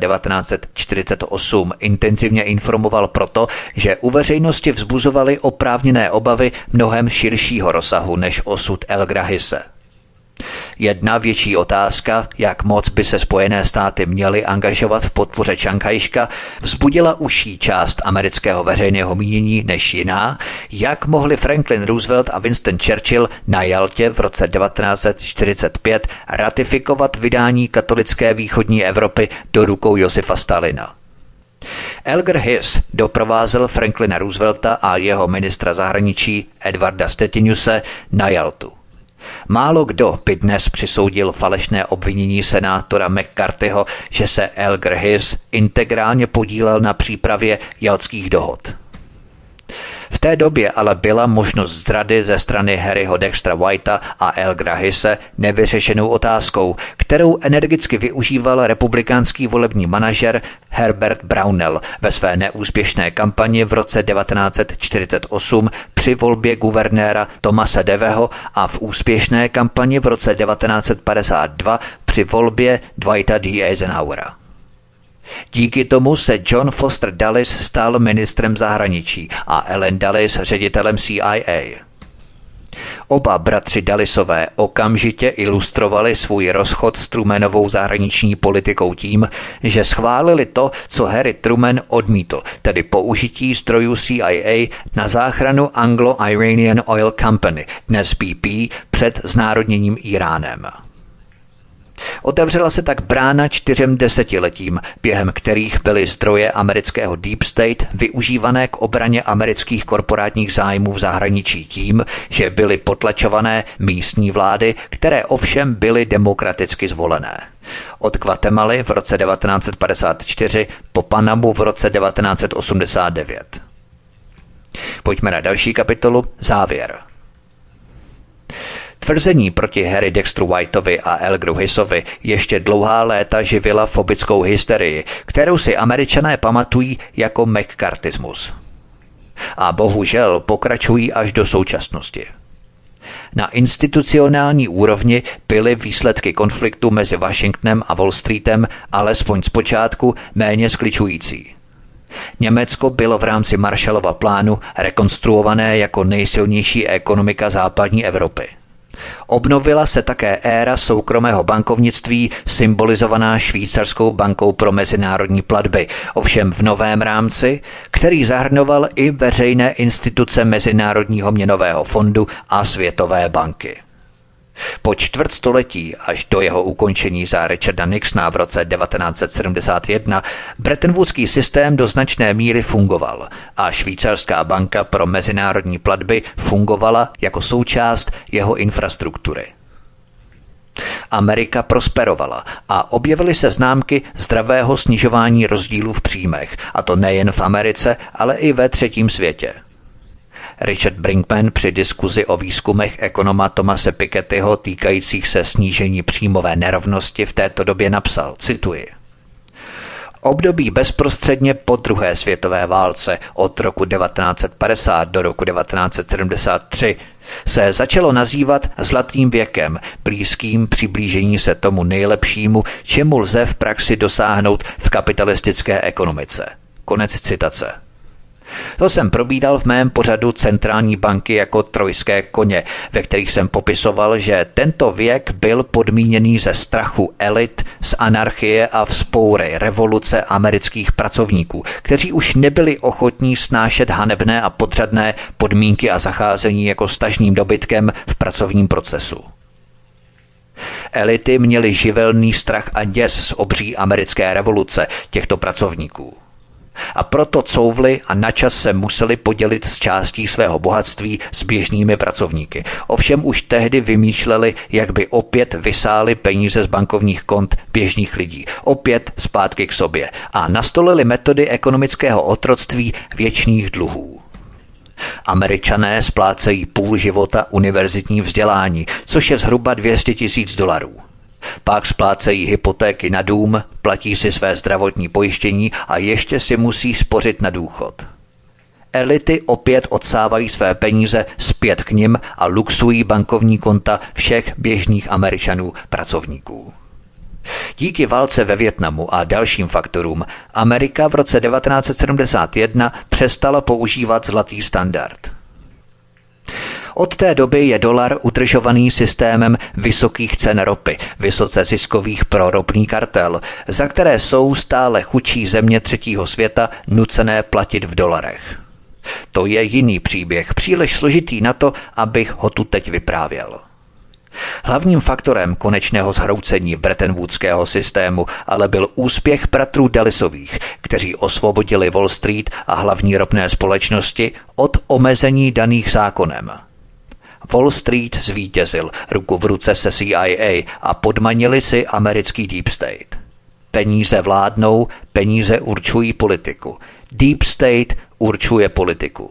1948 intenzivně informoval proto, že u veřejnosti vzbuzovaly oprávněné obavy mnohem širšího rozsahu než osud Elgara Hisse. Jedna větší otázka, jak moc by se Spojené státy měly angažovat v podpoře Šanghajska, vzbudila užší část amerického veřejného mínění než jiná, jak mohli Franklin Roosevelt a Winston Churchill na Jaltě v roce 1945 ratifikovat vydání katolické východní Evropy do rukou Josifa Stalina. Elgar Hiss doprovázel Franklina Roosevelta a jeho ministra zahraničí Edwarda Stettiniuse na Jaltu. Málo kdo by dnes přisoudil falešné obvinění senátora McCarthyho, že se Elgar Hiss integrálně podílel na přípravě jaltských dohod. V té době ale byla možnost zrady ze strany Harryho Dextera Whitea a Elgara Hisse nevyřešenou otázkou, kterou energicky využíval republikánský volební manažer Herbert Brownell ve své neúspěšné kampani v roce 1948 při volbě guvernéra Thomase Deveho a v úspěšné kampani v roce 1952 při volbě Dwighta D. Eisenhowera. Díky tomu se John Foster Dulles stal ministrem zahraničí a Allen Dulles ředitelem CIA. Oba bratři Dullisové okamžitě ilustrovali svůj rozchod s Trumanovou zahraniční politikou tím, že schválili to, co Harry Truman odmítl, tedy použití zdrojů CIA na záchranu Anglo-Iranian Oil Company, dnes BP, před znárodněním Iránem. Otevřela se tak brána 4 desetiletím, během kterých byly zdroje amerického Deep State využívané k obraně amerických korporátních zájmů v zahraničí tím, že byly potlačované místní vlády, které ovšem byly demokraticky zvolené. Od Guatemaly v roce 1954 po Panamu v roce 1989. Pojďme na další kapitolu, závěr. Tvrzení proti Harry Dexteru Whiteovi a Elgaru Hissovi ještě dlouhá léta živila fobickou hysterii, kterou si Američané pamatují jako McCarthyismus. A bohužel pokračují až do současnosti. Na institucionální úrovni byly výsledky konfliktu mezi Washingtonem a Wall Streetem alespoň zpočátku méně skličující. Německo bylo v rámci Marshallova plánu rekonstruované jako nejsilnější ekonomika západní Evropy. Obnovila se také éra soukromého bankovnictví symbolizovaná Švýcarskou bankou pro mezinárodní platby, ovšem v novém rámci, který zahrnoval i veřejné instituce Mezinárodního měnového fondu a Světové banky. Po čtvrtstoletí až do jeho ukončení za Richarda Nixona v roce 1971 Brettonwoodský systém do značné míry fungoval a Švýcarská banka pro mezinárodní platby fungovala jako součást jeho infrastruktury. Amerika prosperovala a objevily se známky zdravého snižování rozdílů v příjmech, a to nejen v Americe, ale i ve třetím světě. Richard Brinkman při diskuzi o výzkumech ekonoma Thomase Pikettyho týkajících se snížení příjmové nerovnosti v této době napsal, cituji: Období bezprostředně po druhé světové válce od roku 1950 do roku 1973 se začalo nazývat zlatým věkem, blízkým přiblížení se tomu nejlepšímu, čemu lze v praxi dosáhnout v kapitalistické ekonomice. Konec citace. To jsem probídal v mém pořadu Centrální banky jako trojské koně, ve kterých jsem popisoval, že tento věk byl podmíněný ze strachu elit, z anarchie a vzpoury revoluce amerických pracovníků, kteří už nebyli ochotní snášet hanebné a podřadné podmínky a zacházení jako s tažným dobytkem v pracovním procesu. Elity měly živelný strach a děs z obří americké revoluce těchto pracovníků. A proto couvli a načas se museli podělit s částí svého bohatství s běžnými pracovníky. Ovšem už tehdy vymýšleli, jak by opět vysáli peníze z bankovních kont běžných lidí. Opět zpátky k sobě. A nastolili metody ekonomického otroctví věčných dluhů. Američané splácejí půl života univerzitní vzdělání, což je zhruba $200,000. Pak splácejí hypotéky na dům, platí si své zdravotní pojištění a ještě si musí spořit na důchod. Elity opět odsávají své peníze zpět k nim a luxují bankovní konta všech běžných Američanů pracovníků. Díky válce ve Vietnamu a dalším faktorům Amerika v roce 1971 přestala používat zlatý standard. Od té doby je dolar udržovaný systémem vysokých cen ropy, vysoce ziskových pro ropný kartel, za které jsou stále chudší země třetího světa nucené platit v dolarech. To je jiný příběh, příliš složitý na to, abych ho tu teď vyprávěl. Hlavním faktorem konečného zhroucení Bretton-Woodského systému ale byl úspěch bratrů Dullisových, kteří osvobodili Wall Street a hlavní ropné společnosti od omezení daných zákonem. Wall Street zvítězil ruku v ruce se CIA a podmanili si americký Deep State. Peníze vládnou, peníze určují politiku. Deep State určuje politiku.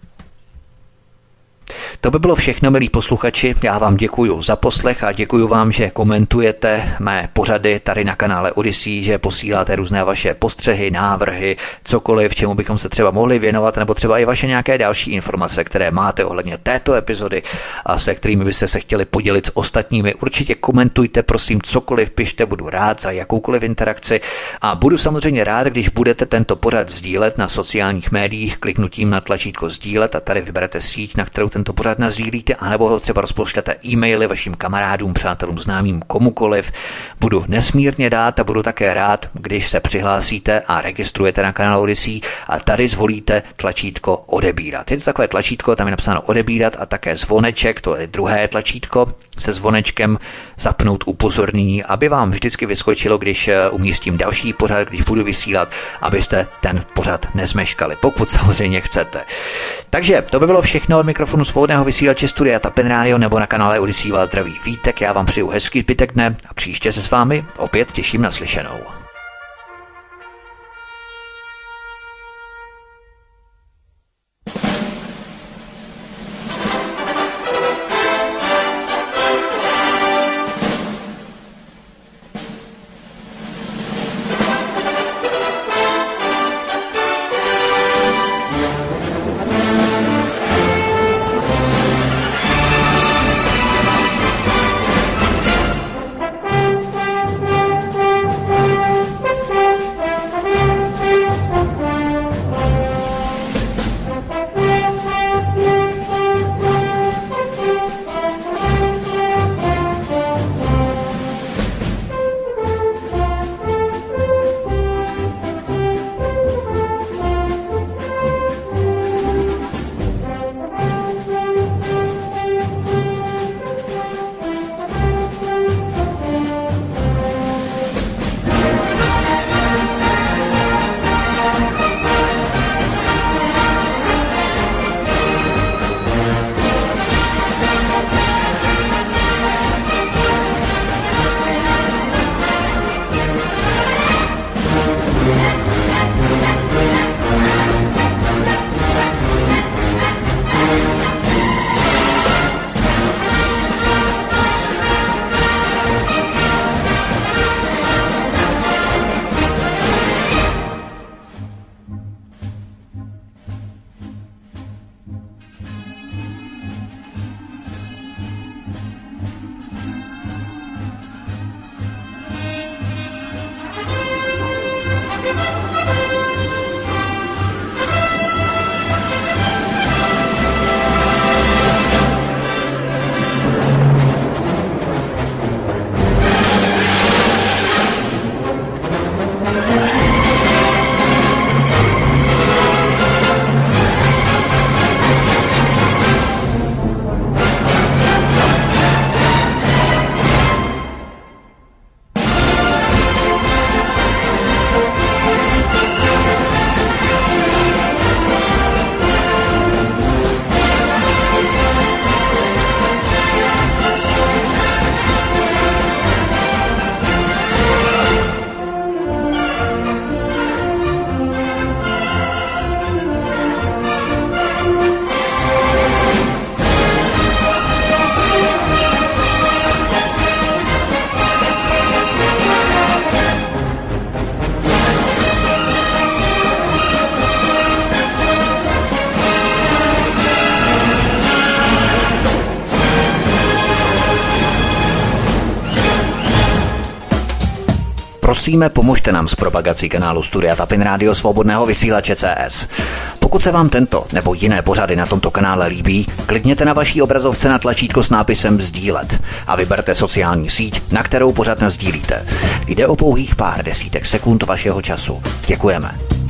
To by bylo všechno, milí posluchači. Já vám děkuju za poslech a děkuju vám, že komentujete mé pořady tady na kanále Odyssey, že posíláte různé vaše postřehy, návrhy, cokoliv, čemu bychom se třeba mohli věnovat, nebo třeba i vaše nějaké další informace, které máte ohledně této epizody a se kterými byste se chtěli podělit s ostatními. Určitě komentujte, prosím, cokoliv, pište, budu rád za jakoukoliv interakci a budu samozřejmě rád, když budete tento pořad sdílet na sociálních médiích kliknutím na tlačítko sdílet a tady vyberete síť, na kterou tento pořad nasdílíte, anebo ho třeba rozpošlete e-maily vašim kamarádům, přátelům, známým, komukoliv. Budu nesmírně rád a budu také rád, když se přihlásíte a registrujete na kanál Odyssey a tady zvolíte tlačítko odebírat. Je to takové tlačítko, tam je napsáno odebírat a také zvoneček, to je druhé tlačítko se zvonečkem, zapnout upozornění, aby vám vždycky vyskočilo, když umístím další pořad, když budu vysílat, abyste ten pořad nezmeškali, pokud samozřejmě chcete. Takže to by bylo všechno od mikrofonu svobodného vysílače Studia Tapin Radio nebo na kanále Odyssey vás zdraví Vítek. Já vám přeju hezký zbytek dne a příště se s vámi opět těším na slyšenou. Prosíme, pomožte nám s propagací kanálu Studia Tapin Radio Svobodného vysílače CS. Pokud se vám tento nebo jiné pořady na tomto kanále líbí, klikněte na vaší obrazovce na tlačítko s nápisem sdílet a vyberte sociální síť, na kterou pořad nasdílíte. Jde o pouhých pár desítek sekund vašeho času. Děkujeme.